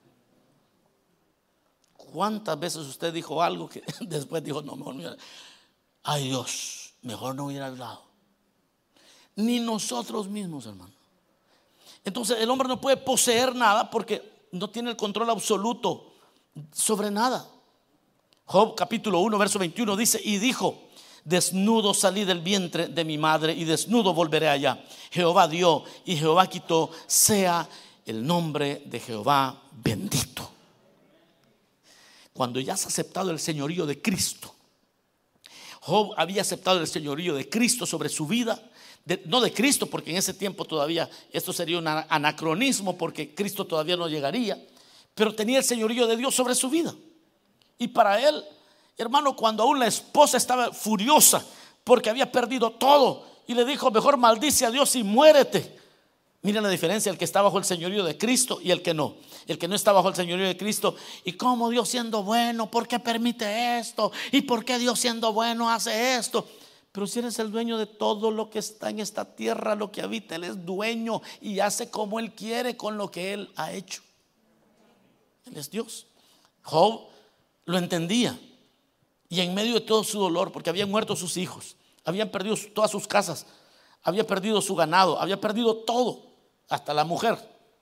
¿Cuántas veces usted dijo algo que después dijo, no, mejor no hubiera, ay Dios, mejor no hubiera hablado? Ni nosotros mismos, hermano. Entonces el hombre no puede poseer nada porque no tiene el control absoluto sobre nada. Job capítulo uno verso veintiuno dice, y dijo, desnudo salí del vientre de mi madre y desnudo volveré allá. Jehová dio y Jehová quitó, sea el nombre de Jehová bendito. Cuando ya has aceptado el señorío de Cristo, Job había aceptado el señorío de Cristo sobre su vida. De, no de Cristo, porque en ese tiempo todavía esto sería un anacronismo, porque Cristo todavía no llegaría, pero tenía el señorío de Dios sobre su vida. Y para él, hermano, cuando aún la esposa estaba furiosa porque había perdido todo y le dijo, mejor maldice a Dios y muérete. Miren la diferencia, el que está bajo el señorío de Cristo y el que no. El que no está bajo el señorío de Cristo, y cómo Dios siendo bueno, ¿por qué permite esto? ¿Y por qué Dios siendo bueno hace esto? Pero si eres el dueño de todo lo que está en esta tierra, lo que habita, Él es dueño y hace como Él quiere con lo que Él ha hecho. Él es Dios. Job lo entendía. Y en medio de todo su dolor, porque habían muerto sus hijos, habían perdido todas sus casas, había perdido su ganado, había perdido todo, hasta la mujer.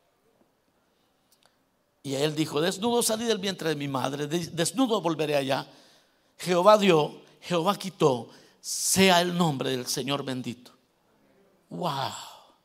Y él dijo, desnudo salí del vientre de mi madre, desnudo volveré allá. Jehová dio, Jehová quitó, sea el nombre del Señor bendito. Wow.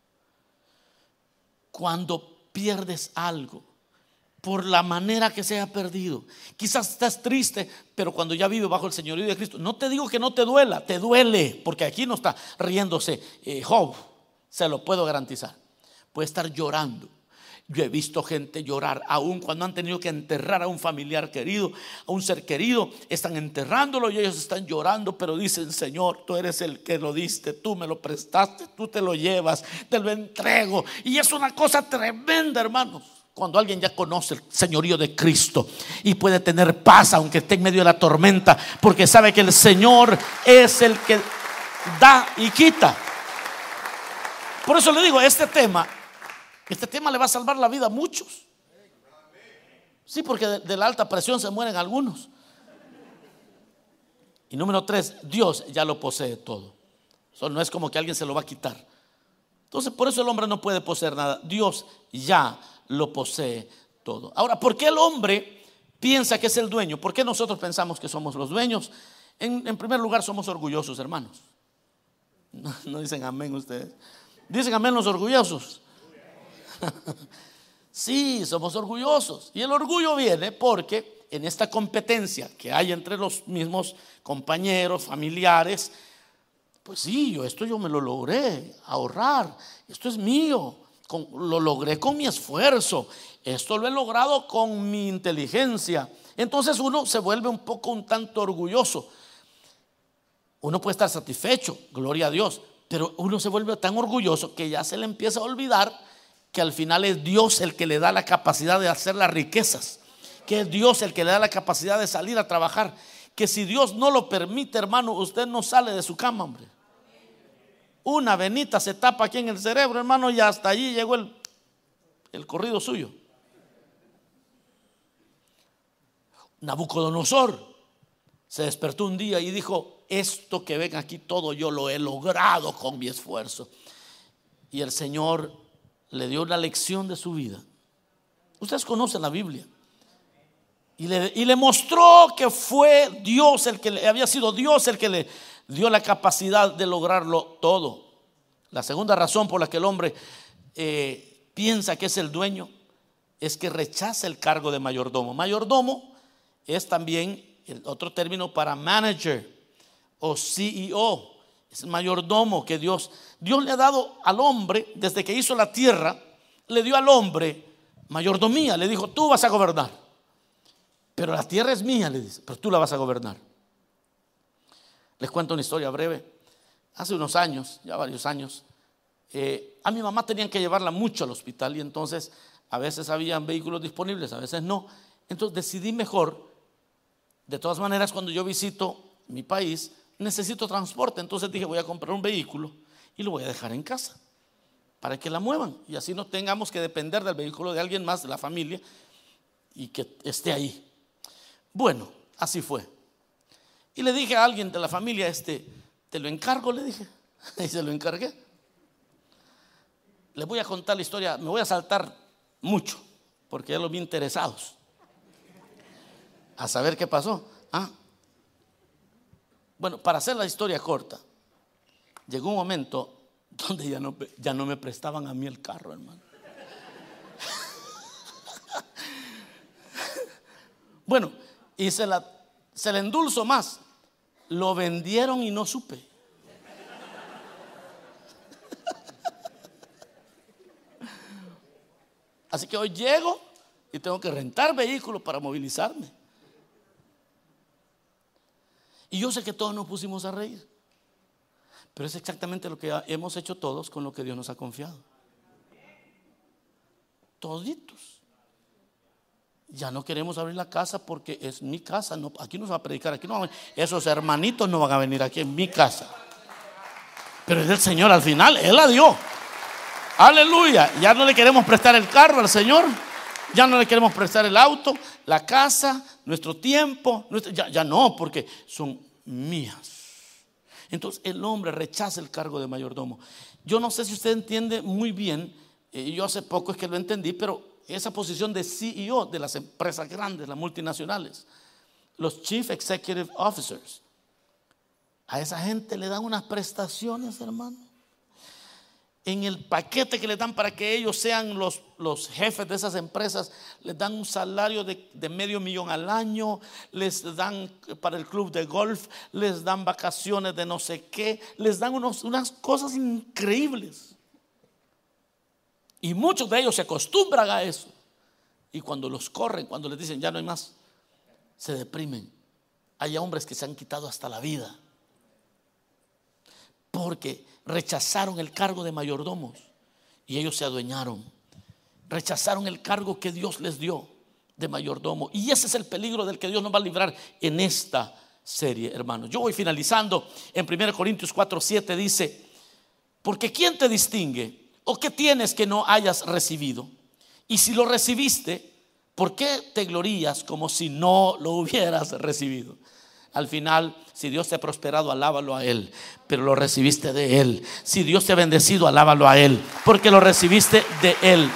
Cuando pierdes algo por la manera que se ha perdido, quizás estás triste, pero cuando ya vives bajo el señorío de Cristo, no te digo que no te duela, te duele, porque aquí no está riéndose eh, Job, se lo puedo garantizar. Puede estar llorando. Yo he visto gente llorar aún cuando han tenido que enterrar a un familiar querido, a un ser querido, están enterrándolo y ellos están llorando, pero dicen, Señor, tú eres el que lo diste, tú me lo prestaste, tú te lo llevas, te lo entrego. Y es una cosa tremenda, hermanos, cuando alguien ya conoce el señorío de Cristo y puede tener paz aunque esté en medio de la tormenta, porque sabe que el Señor es el que da y quita. Por eso le digo, este tema Este tema le va a salvar la vida a muchos. Sí, porque de, de la alta presión se mueren algunos. Y número tres, Dios ya lo posee todo. Eso no es como que alguien se lo va a quitar. Entonces, por eso el hombre no puede poseer nada. Dios ya lo posee todo. Ahora, ¿por qué el hombre piensa que es el dueño? ¿Por qué nosotros pensamos que somos los dueños? En, en primer lugar, somos orgullosos, hermanos. No, no dicen amén ustedes. Dicen amén los orgullosos. Sí, somos orgullosos. Y el orgullo viene porque en esta competencia que hay entre los mismos compañeros, familiares, Pues sí, yo esto yo me lo logré ahorrar, esto es mío, con, lo logré con mi esfuerzo, esto lo he logrado con mi inteligencia. Entonces uno se vuelve un poco un tanto orgulloso. Uno puede estar satisfecho, gloria a Dios, pero uno se vuelve tan orgulloso que ya se le empieza a olvidar que al final es Dios el que le da la capacidad de hacer las riquezas, que es Dios el que le da la capacidad de salir a trabajar, que si Dios no lo permite, hermano, usted no sale de su cama, hombre. Una venita se tapa aquí en el cerebro, hermano, y hasta allí llegó el, el corrido suyo. Nabucodonosor se despertó un día y dijo: esto que ven aquí todo yo lo he logrado con mi esfuerzo. Y el Señor le dio una lección de su vida. Ustedes conocen la Biblia. Y le, y le mostró que fue Dios el que le, había sido Dios el que le dio la capacidad de lograrlo todo. La segunda razón por la que el hombre eh, piensa que es el dueño es que rechaza el cargo de mayordomo. Mayordomo es también el otro término para manager o C E O. Es el mayordomo que Dios Dios le ha dado al hombre. Desde que hizo la tierra, le dio al hombre mayordomía. Le dijo: tú vas a gobernar, pero la tierra es mía, le dice, pero tú la vas a gobernar. Les cuento una historia breve. Hace unos años, ya varios años, eh, a mi mamá tenían que llevarla mucho al hospital, y entonces a veces habían vehículos disponibles, a veces no. Entonces decidí mejor, de todas maneras, cuando yo visito mi país, necesito transporte. Entonces dije: voy a comprar un vehículo y lo voy a dejar en casa para que la muevan, y así no tengamos que depender del vehículo de alguien más de la familia y que esté ahí. Bueno, así fue. Y le dije a alguien de la familia: este, te lo encargo, le dije. Y se lo encargué. Les voy a contar la historia. Me voy a saltar mucho porque ya los vi interesados a saber qué pasó. Ah, bueno, para hacer la historia corta, llegó un momento donde ya no, ya no me prestaban a mí el carro, hermano. Bueno, y se la, se la endulzo más. Lo vendieron y no supe. Así que hoy llego y tengo que rentar vehículos para movilizarme. Y yo sé que todos nos pusimos a reír, pero es exactamente lo que hemos hecho todos con lo que Dios nos ha confiado. Toditos. Ya no queremos abrir la casa porque es mi casa. No, aquí no se va a predicar, aquí no, esos hermanitos no van a venir aquí, en mi casa. Pero es del Señor al final, Él la dio. Aleluya. Ya no le queremos prestar el carro al Señor, ya no le queremos prestar el auto, la casa, nuestro tiempo, nuestro, ya, ya no, porque son mías. Entonces el hombre rechaza el cargo de mayordomo. Yo no sé si usted entiende muy bien, eh, yo hace poco es que lo entendí, pero esa posición de C E O de las empresas grandes, las multinacionales, los Chief Executive Officers, a esa gente le dan unas prestaciones, hermano. En el paquete que le dan para que ellos sean los, los jefes de esas empresas, les dan un salario de, de medio millón al año, les dan para el club de golf, les dan vacaciones de no sé qué, les dan unos, unas cosas increíbles. Y muchos de ellos se acostumbran a eso. Y cuando los corren, cuando les dicen ya no hay más, se deprimen. Hay hombres que se han quitado hasta la vida porque rechazaron el cargo de mayordomos y ellos se adueñaron. Rechazaron el cargo que Dios les dio de mayordomo. Y ese es el peligro del que Dios nos va a librar en esta serie, hermanos. Yo voy finalizando. En primera Corintios cuatro siete dice: porque ¿quién te distingue? ¿O qué tienes que no hayas recibido? Y si lo recibiste, ¿por qué te glorías como si no lo hubieras recibido? Al final, si Dios te ha prosperado, alábalo a Él, pero lo recibiste de Él. Si Dios te ha bendecido, alábalo a Él, porque lo recibiste de Él.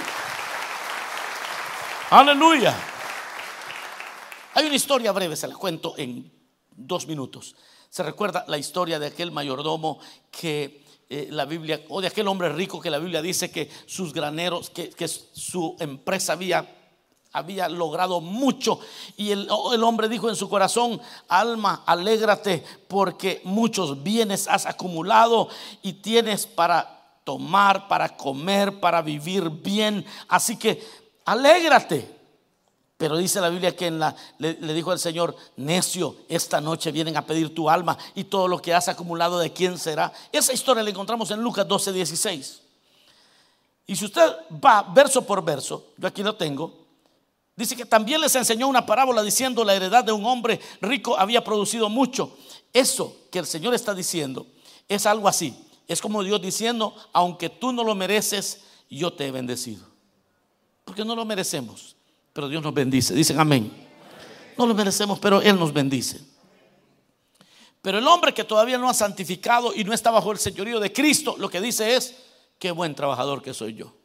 Aleluya. Hay una historia breve, se la cuento en dos minutos. Se recuerda la historia de aquel mayordomo que eh, la Biblia, o de aquel hombre rico que la Biblia dice que sus graneros, que, que su empresa había había logrado mucho. Y el, el hombre dijo en su corazón: alma, alégrate, porque muchos bienes has acumulado y tienes para tomar, para comer, para vivir bien. Así que alégrate. Pero dice la Biblia que en la, le, le dijo el Señor: necio, esta noche vienen a pedir tu alma, y todo lo que has acumulado, ¿de quién será? Esa historia la encontramos en Lucas doce dieciséis. Y si usted va verso por verso, yo aquí lo tengo, dice que también les enseñó una parábola diciendo: la heredad de un hombre rico había producido mucho. Eso que el Señor está diciendo es algo así. Es como Dios diciendo: aunque tú no lo mereces, yo te he bendecido. Porque no lo merecemos, pero Dios nos bendice. Dicen amén. No lo merecemos, pero Él nos bendice. Pero el hombre que todavía no ha santificado y no está bajo el señorío de Cristo, lo que dice es: qué buen trabajador que soy yo.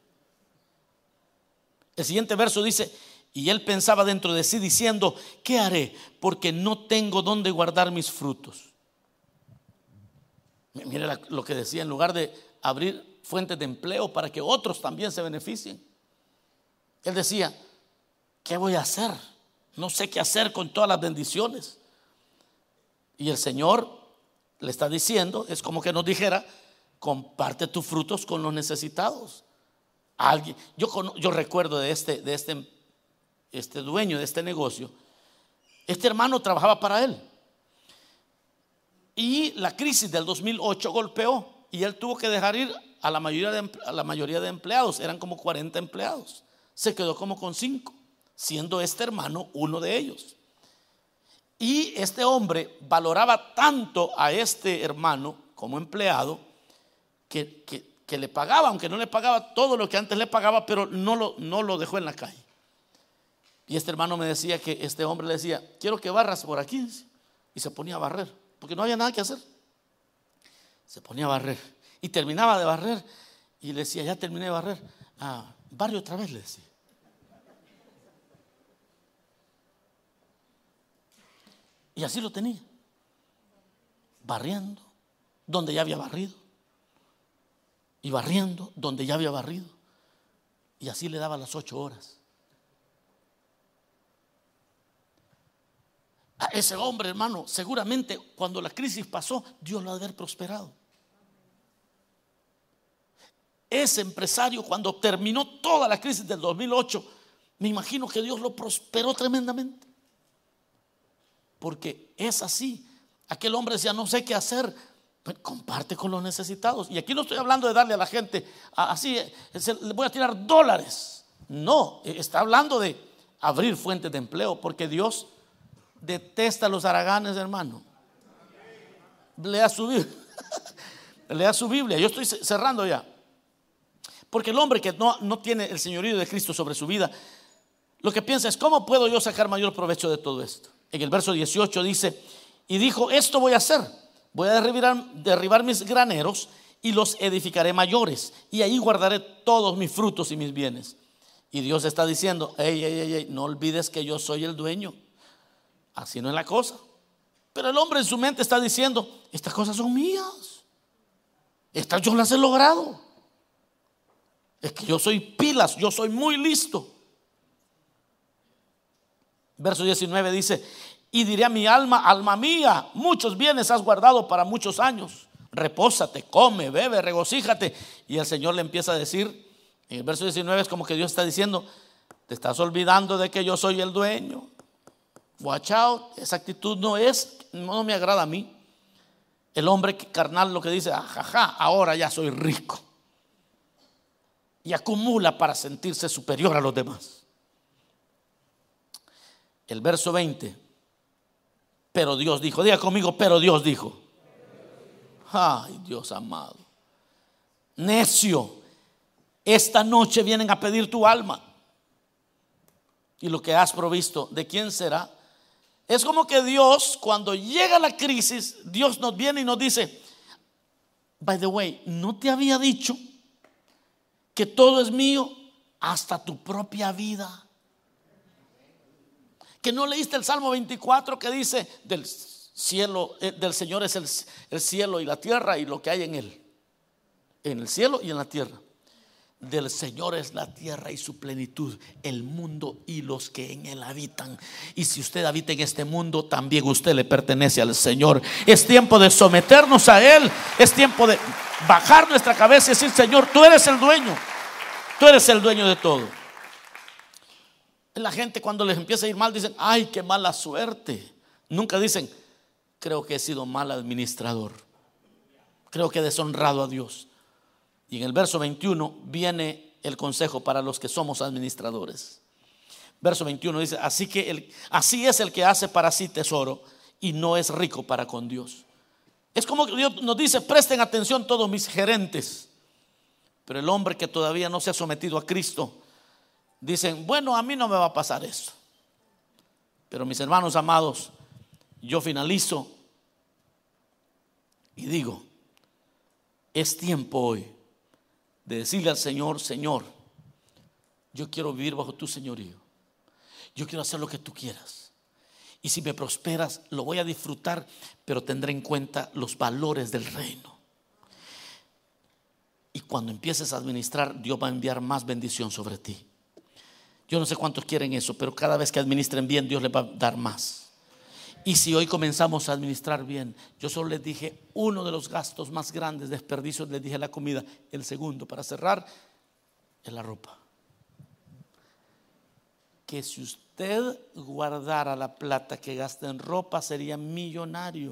El siguiente verso dice: y él pensaba dentro de sí diciendo: ¿qué haré? Porque no tengo dónde guardar mis frutos. Mire lo que decía: en lugar de abrir fuentes de empleo para que otros también se beneficien, él decía: ¿qué voy a hacer? No sé qué hacer con todas las bendiciones. Y el Señor le está diciendo, es como que nos dijera: comparte tus frutos con los necesitados. Alguien, yo, yo recuerdo de este, de este, este dueño de este negocio. Este hermano trabajaba para él, y la crisis del dos mil ocho golpeó, y él tuvo que dejar ir a la mayoría de, a la mayoría de empleados. Eran como cuarenta empleados. Se quedó como con cinco, siendo este hermano uno de ellos. Y este hombre valoraba tanto a este hermano como empleado que, que, que le pagaba, aunque no le pagaba todo lo que antes le pagaba, pero no lo, no lo dejó en la calle. Y este hermano me decía que este hombre le decía: quiero que barras por aquí. Y se ponía a barrer, porque no había nada que hacer. Se ponía a barrer y terminaba de barrer, y le decía: ya terminé de barrer. Ah, barrio otra vez, le decía. Y así lo tenía, barriendo donde ya había barrido, y barriendo donde ya había barrido. Y así le daba las ocho horas. A ese hombre, hermano, seguramente cuando la crisis pasó, Dios lo ha de haber prosperado. Ese empresario, cuando terminó toda la crisis del dos mil ocho, me imagino que Dios lo prosperó tremendamente. Porque es así. Aquel hombre decía: no sé qué hacer. Pues comparte con los necesitados. Y aquí no estoy hablando de darle a la gente así, le voy a tirar dólares. No, está hablando de abrir fuentes de empleo, porque Dios detesta a los haraganes, hermano. Lea su Biblia. Lea su Biblia. Yo estoy cerrando ya. Porque el hombre que no, no tiene el señorío de Cristo sobre su vida, lo que piensa es: ¿cómo puedo yo sacar mayor provecho de todo esto? En el verso dieciocho dice: y dijo: esto voy a hacer, voy a derribar, derribar mis graneros y los edificaré mayores, y ahí guardaré todos mis frutos y mis bienes. Y Dios está diciendo: ey, ey, ey, ey, no olvides que yo soy el dueño. Así no es la cosa. Pero el hombre en su mente está diciendo: estas cosas son mías, estas yo las he logrado. Es que yo soy pilas, yo soy muy listo. Verso diecinueve dice: y diré a mi alma: alma mía, muchos bienes has guardado para muchos años. Repósate, come, bebe, regocíjate. Y el Señor le empieza a decir, en el verso diecinueve es como que Dios está diciendo: te estás olvidando de que yo soy el dueño. Watch out. Esa actitud no es, no me agrada a mí. El hombre carnal lo que dice: ajaja, ahora ya soy rico. Y acumula para sentirse superior a los demás. El verso veinte: pero Dios dijo. Diga conmigo: pero Dios dijo. Ay, Dios amado. Necio, esta noche vienen a pedir tu alma, y lo que has provisto, ¿de quién será? Es como que Dios, cuando llega la crisis, Dios nos viene y nos dice: by the way, ¿no te había dicho que todo es mío, hasta tu propia vida? ¿Que no leíste el Salmo veinticuatro que dice: del cielo, del Señor es el, el cielo y la tierra y lo que hay en él? En el cielo y en la tierra. Del Señor es la tierra y su plenitud, el mundo y los que en él habitan. Y si usted habita en este mundo, también usted le pertenece al Señor. Es tiempo de someternos a Él. Es tiempo de bajar nuestra cabeza y decir: Señor, tú eres el dueño. Tú eres el dueño de todo. La gente, cuando les empieza a ir mal, dicen: ay, qué mala suerte. Nunca dicen: creo que he sido mal administrador, creo que he deshonrado a Dios. Y en el verso veintiuno viene el consejo para los que somos administradores. Verso veintiuno dice: así que el, así es el que hace para sí tesoro y no es rico para con Dios. Es como que Dios nos dice: presten atención todos mis gerentes. Pero el hombre que todavía no se ha sometido a Cristo, dicen: bueno, a mí no me va a pasar eso. Pero mis hermanos amados, yo finalizo y digo: es tiempo hoy de decirle al Señor: Señor, yo quiero vivir bajo tu señorío. Yo quiero hacer lo que tú quieras. Y si me prosperas, lo voy a disfrutar, pero tendré en cuenta los valores del reino. Y cuando empieces a administrar, Dios va a enviar más bendición sobre ti. Yo no sé cuántos quieren eso, pero cada vez que administren bien, Dios les va a dar más. Y si hoy comenzamos a administrar bien, yo solo les dije uno de los gastos más grandes, desperdicios, les dije la comida. El segundo, para cerrar, es la ropa. Que si usted guardara la plata que gasta en ropa, sería millonario.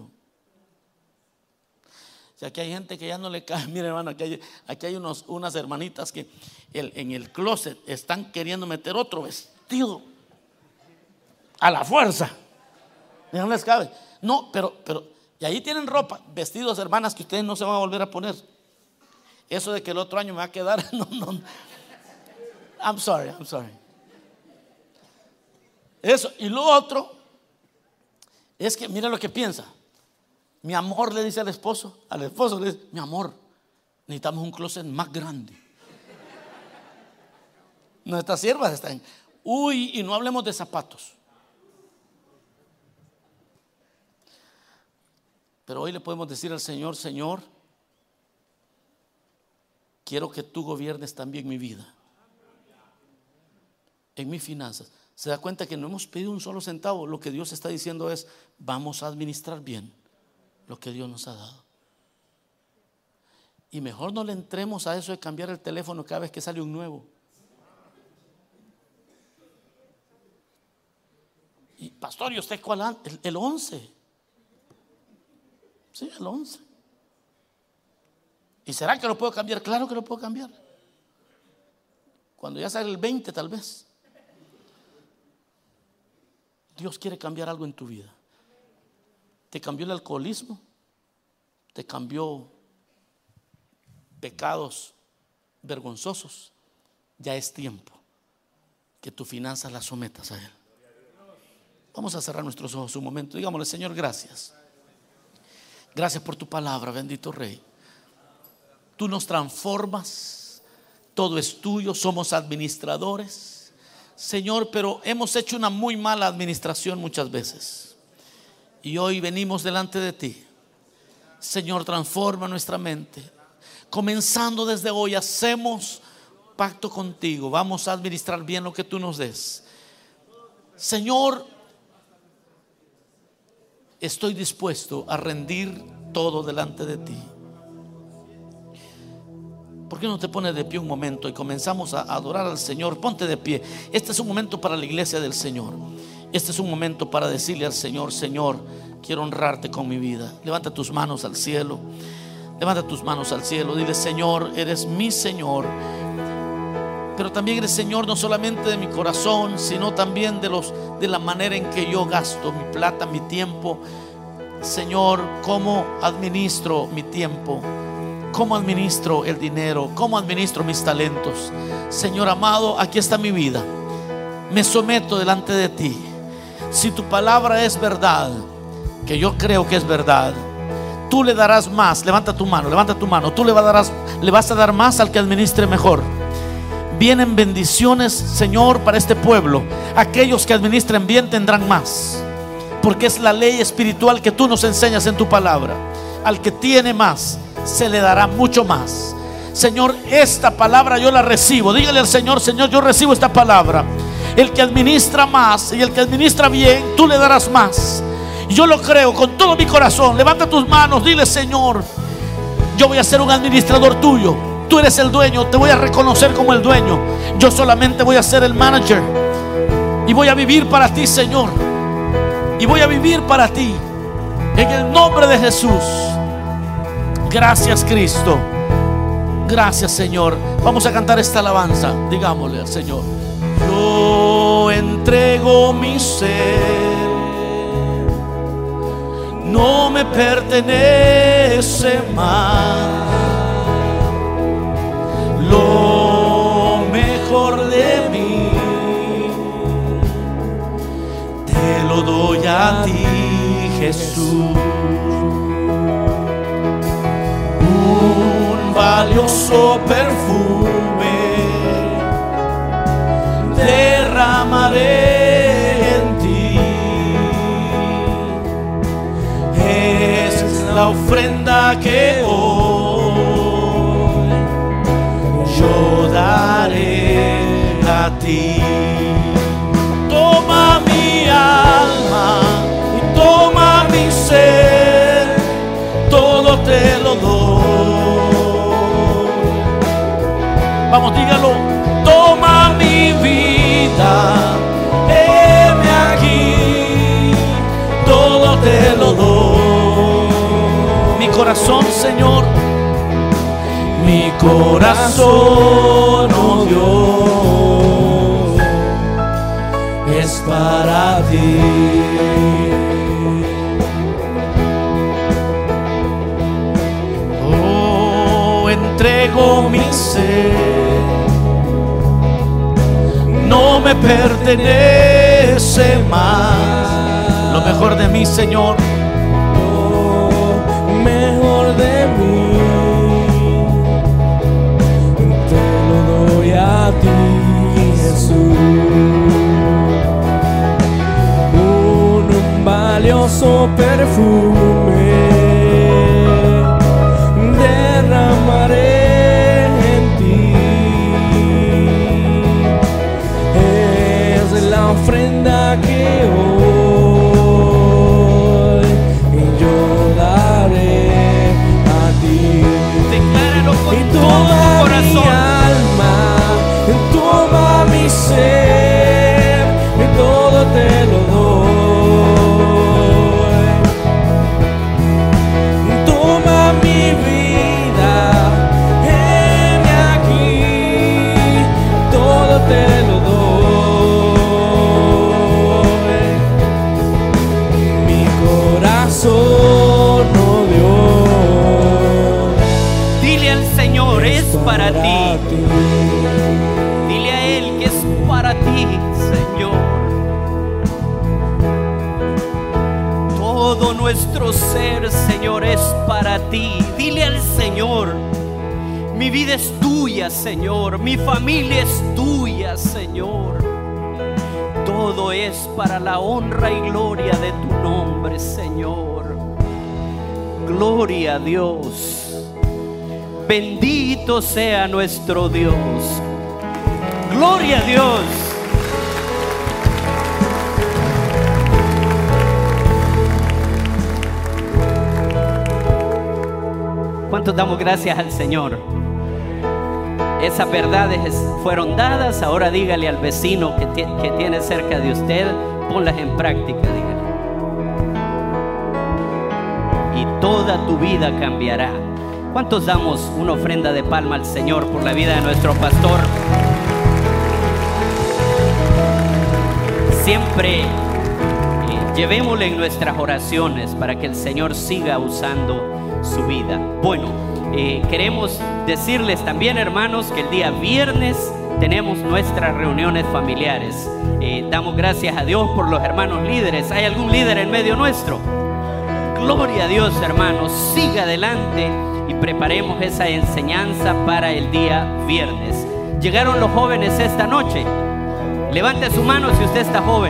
O sea, aquí hay gente que ya no le cae. Mire, hermano, aquí hay, aquí hay unos, unas hermanitas que el, en el closet están queriendo meter otro vestido a la fuerza. No les cabe. No, pero, pero, y ahí tienen ropa, vestidos, hermanas, que ustedes no se van a volver a poner. Eso de que el otro año me va a quedar, no, no. I'm sorry, I'm sorry. Eso, y lo otro es que mira lo que piensa. Mi amor, le dice al esposo, al esposo le dice: mi amor, necesitamos un closet más grande. Nuestras siervas están, uy, y no hablemos de zapatos. Pero hoy le podemos decir al Señor: Señor, quiero que tú gobiernes también mi vida, en mis finanzas. Se da cuenta que no hemos pedido un solo centavo. Lo que Dios está diciendo es: vamos a administrar bien lo que Dios nos ha dado. Y mejor no le entremos a eso de cambiar el teléfono cada vez que sale un nuevo. Y pastor, ¿y usted cuál? El, el once. Sí, el once. ¿Y será que lo puedo cambiar? Claro que lo puedo cambiar. Cuando ya sale el veinte, tal vez. Dios quiere cambiar algo en tu vida. Te cambió el alcoholismo, te cambió pecados vergonzosos. Ya es tiempo que tus finanzas las sometas a Él. Vamos a cerrar nuestros ojos un momento. Digámosle: Señor, gracias. Gracias por tu palabra, bendito Rey. Tú nos transformas, todo es tuyo, somos administradores, Señor, pero hemos hecho una muy mala administración muchas veces. Y hoy venimos delante de ti. Señor, transforma nuestra mente. Comenzando desde hoy, hacemos pacto contigo. Vamos a administrar bien lo que tú nos des. Señor, estoy dispuesto a rendir todo delante de ti. ¿Por qué no te pones de pie un momento y comenzamos a adorar al Señor? Ponte de pie. Este es un momento para la iglesia del Señor. Este es un momento para decirle al Señor: Señor, quiero honrarte con mi vida. Levanta tus manos al cielo. Levanta tus manos al cielo. Dile: Señor, eres mi Señor. Pero también eres Señor no solamente de mi corazón, sino también de, los, de la manera en que yo gasto mi plata, mi tiempo. Señor, cómo administro mi tiempo, cómo administro el dinero, cómo administro mis talentos. Señor amado, aquí está mi vida. Me someto delante de ti. Si tu palabra es verdad, que yo creo que es verdad, tú le darás más. Levanta tu mano, levanta tu mano. Tú le vas a dar, le vas a dar más al que administre mejor. Vienen bendiciones, Señor, para este pueblo. Aquellos que administren bien tendrán más, porque es la ley espiritual que tú nos enseñas en tu palabra. Al que tiene más, se le dará mucho más. Señor, esta palabra yo la recibo. Dígale al Señor: Señor, yo recibo esta palabra. El que administra más y el que administra bien, tú le darás más. Y yo lo creo con todo mi corazón. Levanta tus manos, dile: Señor, yo voy a ser un administrador tuyo. Tú eres el dueño, te voy a reconocer como el dueño. Yo solamente voy a ser el manager. Y voy a vivir para ti, Señor. Y voy a vivir para ti. En el nombre de Jesús. Gracias, Cristo. Gracias, Señor. Vamos a cantar esta alabanza. Digámosle al Señor: yo entrego mi ser, no me pertenece más. Lo mejor de mí te lo doy a ti, Jesús. Un valioso perfume derramaré en ti. Es la ofrenda que hoy yo daré a ti. Toma mi alma y toma mi ser, todo te lo doy. Vamos, dígalo. Toma mi vida, heme aquí, todo te lo doy. Mi corazón, Señor, mi corazón, oh Dios, es para ti. Oh, entrego mi ser, no me pertenece más. Lo mejor de mí, Señor, lo mejor de mí te lo doy a ti, Jesús. Un valioso perfume derramaré ofrenda que hoy yo daré a ti. Decláralo con y todo toma tu corazón. Mi alma, toma mi ser, y todo te lo doy. Toma mi vida, heme aquí, todo te lo doy. Oh Dios, dile al Señor: es para ti. ti. Dile a Él que es para ti, Señor. Todo nuestro ser, Señor, es para ti. Dile al Señor: mi vida es tuya, Señor. Mi familia es tuya, Señor. Todo es para la honra y gloria de tu nombre, Señor. Gloria a Dios. Bendito sea nuestro Dios. Gloria a Dios. ¿Cuántos damos gracias al Señor? Esas verdades fueron dadas. Ahora dígale al vecino que, t- que tiene cerca de usted: ponlas en práctica, dígale. Y toda tu vida cambiará. ¿Cuántos damos una ofrenda de palma al Señor por la vida de nuestro pastor? Siempre eh, llevémosle en nuestras oraciones para que el Señor siga usando su vida. Bueno, eh, queremos decirles también, hermanos, que el día viernes tenemos nuestras reuniones familiares. Eh, damos gracias a Dios por los hermanos líderes. ¿Hay algún líder en medio nuestro? Gloria a Dios, hermanos. Siga adelante y preparemos esa enseñanza para el día viernes. ¿Llegaron los jóvenes esta noche? Levante su mano si usted está joven.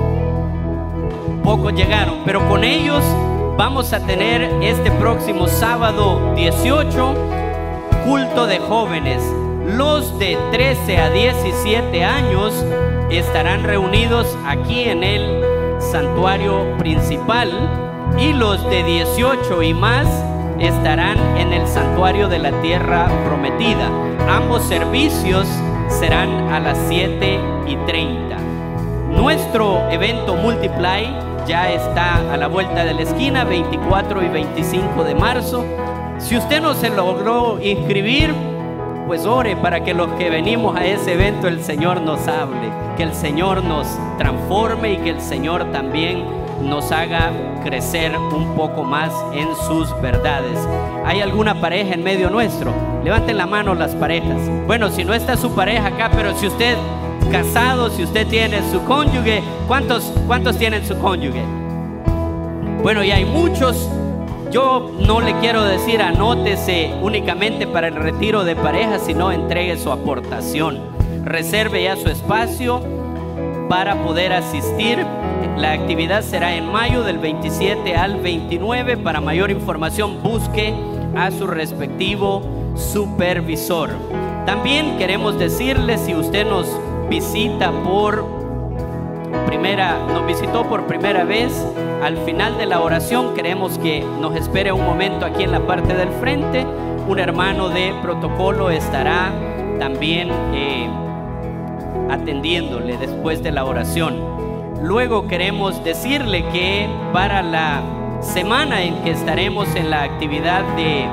Pocos llegaron, pero con ellos vamos a tener este próximo sábado dieciocho culto de jóvenes. Los de trece a diecisiete años estarán reunidos aquí en el santuario principal y los de dieciocho y más estarán en el santuario de la tierra prometida. Ambos servicios serán a las siete y treinta. Nuestro evento Multiply ya está a la vuelta de la esquina, veinticuatro y veinticinco de marzo. Si usted no se logró inscribir, pues ore para que los que venimos a ese evento el Señor nos hable, que el Señor nos transforme y que el Señor también nos haga crecer un poco más en sus verdades. ¿Hay alguna pareja en medio nuestro? Levanten la mano las parejas. Bueno, si no está su pareja acá, pero si usted casado, si usted tiene su cónyuge, ¿cuántos, cuántos tienen su cónyuge? Bueno, y hay muchos. Yo no le quiero decir anótese únicamente para el retiro de pareja, sino entregue su aportación. Reserve ya su espacio para poder asistir. La actividad será en mayo del veintisiete al veintinueve. Para mayor información busque a su respectivo supervisor. También queremos decirle, si usted nos visita por primera, nos visitó por primera vez, al final de la oración queremos que nos espere un momento aquí en la parte del frente. Un hermano de protocolo estará también eh, atendiéndole después de la oración. Luego queremos decirle que para la semana en que estaremos en la actividad de,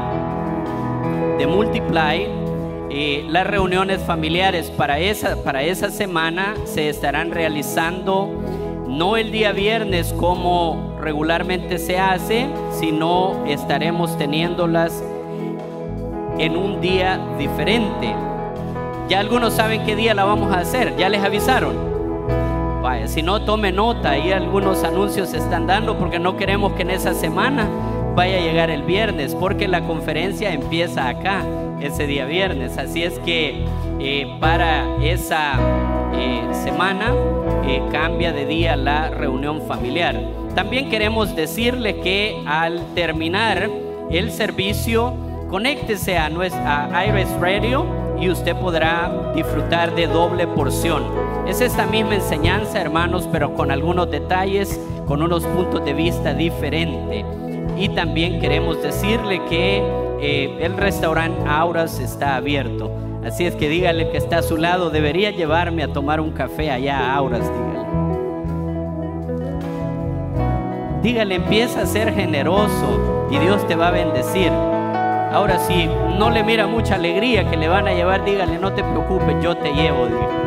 de Multiply, eh, las reuniones familiares para esa, para esa semana se estarán realizando no el día viernes como regularmente se hace, sino estaremos teniéndolas en un día diferente. Ya algunos saben qué día la vamos a hacer, ya les avisaron. Vaya, si no, tome nota, ahí algunos anuncios se están dando porque no queremos que en esa semana vaya a llegar el viernes, porque la conferencia empieza acá ese día viernes. Así es que eh, para esa eh, semana eh, cambia de día la reunión familiar. También queremos decirle que al terminar el servicio, conéctese a nuestra a Iris Radio y usted podrá disfrutar de doble porción. Es esta misma enseñanza, hermanos, pero con algunos detalles, con unos puntos de vista diferentes. Y también queremos decirle que eh, el restaurante Auras está abierto. Así es que dígale que está a su lado, debería llevarme a tomar un café allá a Auras, dígale. Dígale, empieza a ser generoso y Dios te va a bendecir. Ahora, si no le mira mucha alegría que le van a llevar, dígale, no te preocupes, yo te llevo, dígale.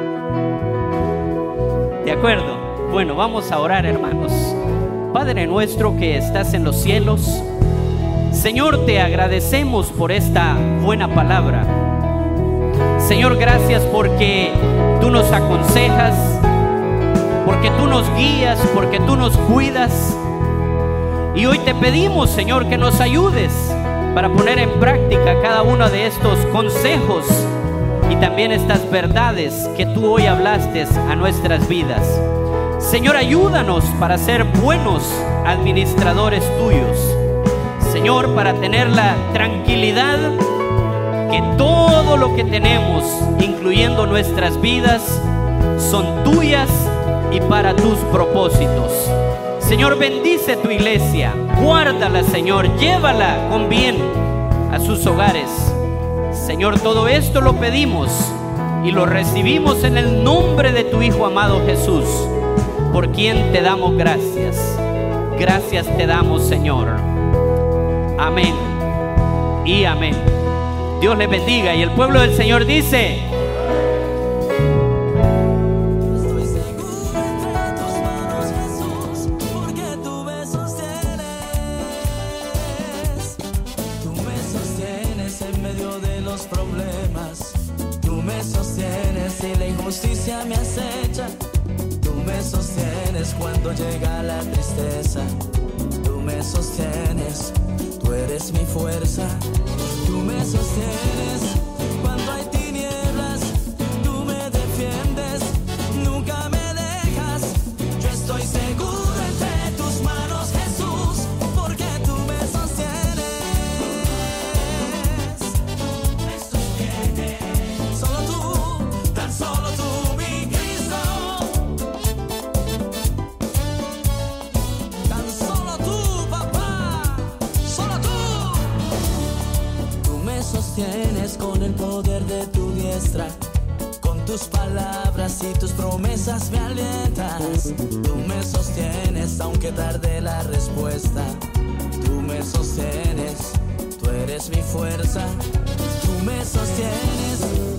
¿De acuerdo? Bueno, vamos a orar, hermanos. Padre nuestro que estás en los cielos, Señor, te agradecemos por esta buena palabra. Señor, gracias porque tú nos aconsejas, porque tú nos guías, porque tú nos cuidas. Y hoy te pedimos, Señor, que nos ayudes para poner en práctica cada uno de estos consejos y también estas verdades que tú hoy hablaste a nuestras vidas. Señor, ayúdanos para ser buenos administradores tuyos. Señor, para tener la tranquilidad que todo lo que tenemos, incluyendo nuestras vidas, son tuyas y para tus propósitos. Señor, bendice tu iglesia, guárdala, Señor, llévala con bien a sus hogares. Señor, todo esto lo pedimos y lo recibimos en el nombre de tu Hijo amado Jesús, por quien te damos gracias. Gracias te damos, Señor. Amén y amén. Dios les bendiga. Y el pueblo del Señor dice: justicia me acecha, tú me sostienes cuando llega la tristeza, tú me sostienes, tú eres mi fuerza, tú me sostienes cuando hay tinieblas, tú me defiendes, nunca me dejas, yo estoy seguro entre tus manos, Jesús, porque tú me sostienes, me sostienes con el poder de tu diestra. Con tus palabras y tus promesas me alientas. Tú me sostienes aunque tarde la respuesta. Tú me sostienes, tú eres mi fuerza. Tú me sostienes.